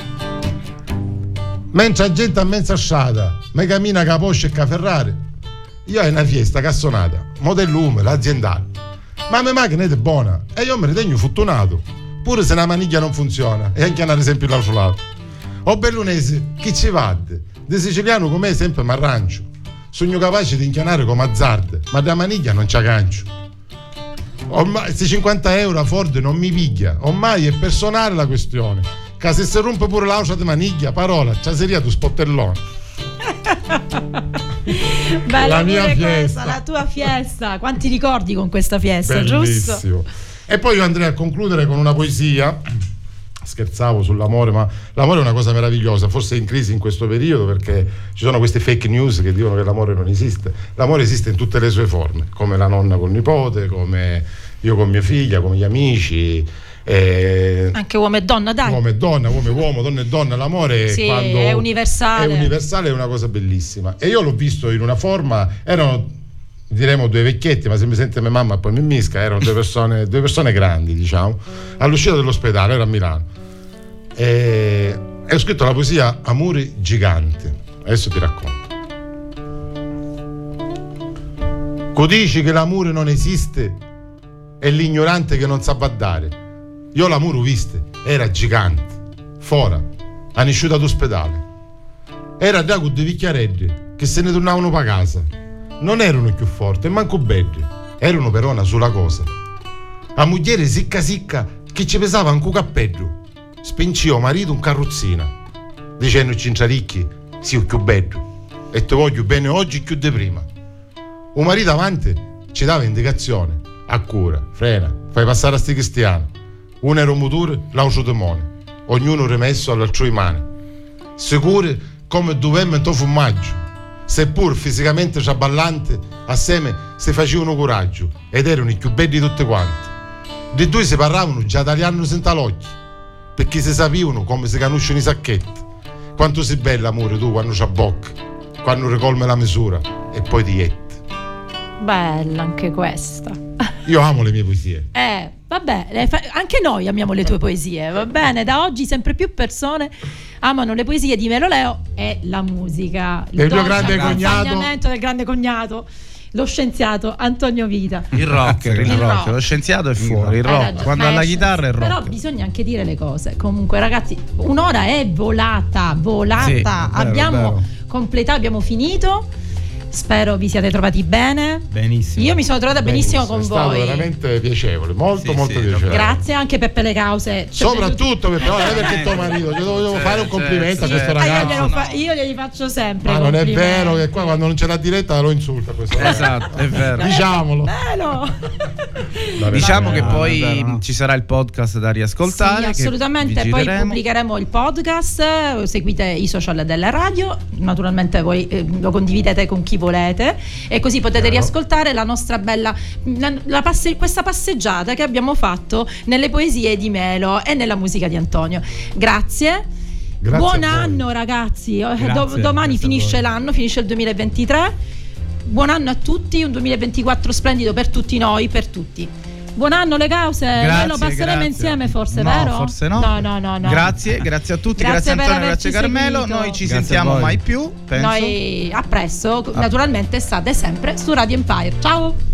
Mentre la gente a mezza sciata mi cammina che Porsche e che Ferrari, io ho una fiesta cassonata, modello umile, aziendale, ma la mia macchina è buona e io mi ritengo fortunato, pure se una maniglia non funziona e anche ad esempio l'altro lato. O bellunese, chi ci vade? De siciliano come sempre mi arrancio, sogno capace di inchianare come azzarde, ma da maniglia non c'ha gancio. Ormai questi cinquanta euro a Ford non mi piglia, ormai è personale la questione, che se si rompe pure l'aucia di maniglia, parola, c'ha seria tu spottellone. Bella la mia fiesta, questa, la tua fiesta, quanti ricordi con questa fiesta, bellissimo. Giusto? E poi io andrei a concludere con una poesia scherzavo sull'amore, ma l'amore è una cosa meravigliosa, forse è in crisi in questo periodo perché ci sono queste fake news che dicono che l'amore non esiste. L'amore esiste in tutte le sue forme, come la nonna col nipote, come io con mia figlia, come gli amici. Eh, anche uomo e donna, dai. Uomo e donna, uomo e uomo, donna e donna, l'amore sì, quando è universale. È universale, è una cosa bellissima. E io l'ho visto in una forma, erano diremo due vecchietti, ma se mi sente mia mamma poi mi misca, erano due persone, due persone grandi, diciamo, all'uscita dell'ospedale, era a Milano. E, e ho scritto la poesia Amori giganti. Adesso ti racconto. Codici che l'amore non esiste è l'ignorante che non sa dare. Io l'amore viste, era gigante, fora, ha nasciuto d'ospedale. Era da con dei vecchiareddi che se ne tornavano per casa. Non erano più forti, manco belli, erano però una sola cosa. La moglie sicca sicca che ci pesava anche un cappello. Spincio marito un carrozzina, dicendo cinciaricchi, sì, più bello, e te voglio bene oggi più di prima. Un marito avanti ci dava indicazione, a cura, frena, fai passare a sti cristiani. Uno era un motore, l'altro demone, ognuno rimesso all'altrui mani. Sicuri come dovemmo in tuo formaggio, seppur fisicamente ciaballante, assieme si facevano coraggio ed erano i più belli di tutti quanti. Di due si parlavano già dagli anni senza l'occhio, perché si sapevano come si canusciano i sacchetti. Quanto si bella amore tu quando c'ha bocca, quando ricolme la misura e poi ti jetti. Bella anche questa. Io amo le mie poesie. Eh, vabbè, anche noi amiamo le tue poesie, va bene? Da oggi sempre più persone amano le poesie di Melo Leo e la musica. Il, il mio grande cognato. del grande cognato, lo scienziato Antonio Vita. Il rocker, il, il rock. rock. Lo scienziato è fuori, il rock. Quando ha la chitarra è rock. Però bisogna anche dire le cose. Comunque, ragazzi, un'ora è volata, volata. Sì, vero, abbiamo completato, abbiamo finito. Spero vi siate trovati bene. Benissimo. Io mi sono trovata benissimo, benissimo con è voi. È stato veramente piacevole, molto sì, molto sì, piacevole. Grazie anche per le cause. Soprattutto per non è perché tuo marito, io devo certo, fare un complimento certo, a questo ragazzo. Ah, io, fa, io glieli faccio sempre. Ma non è vero che qua quando non c'è la diretta lo insulta questo ragazzo. Esatto, è vero. Diciamolo. Bello. Diciamo che poi no, no. ci sarà il podcast da riascoltare. Sì, assolutamente. Poi pubblicheremo il podcast. Seguite i social della radio. Naturalmente voi eh, lo condividete con chi volete. E così potete riascoltare la nostra bella la, la passe, questa passeggiata che abbiamo fatto nelle poesie di Melo e nella musica di Antonio. Grazie. Grazie buon anno ragazzi. Grazie, Do, domani grazie finisce l'anno, finisce il duemilaventitré. Buon anno a tutti, un duemilaventiquattro splendido per tutti noi, per tutti. Buon anno le cause, grazie, noi lo passeremo grazie. insieme forse, no, vero? Forse no. No, no, no, no. Grazie, grazie a tutti, grazie, grazie Antonio, grazie Carmelo. Seguito. Noi ci grazie sentiamo mai più. Penso. Noi a presto, naturalmente state sempre su Radio Empire. Ciao!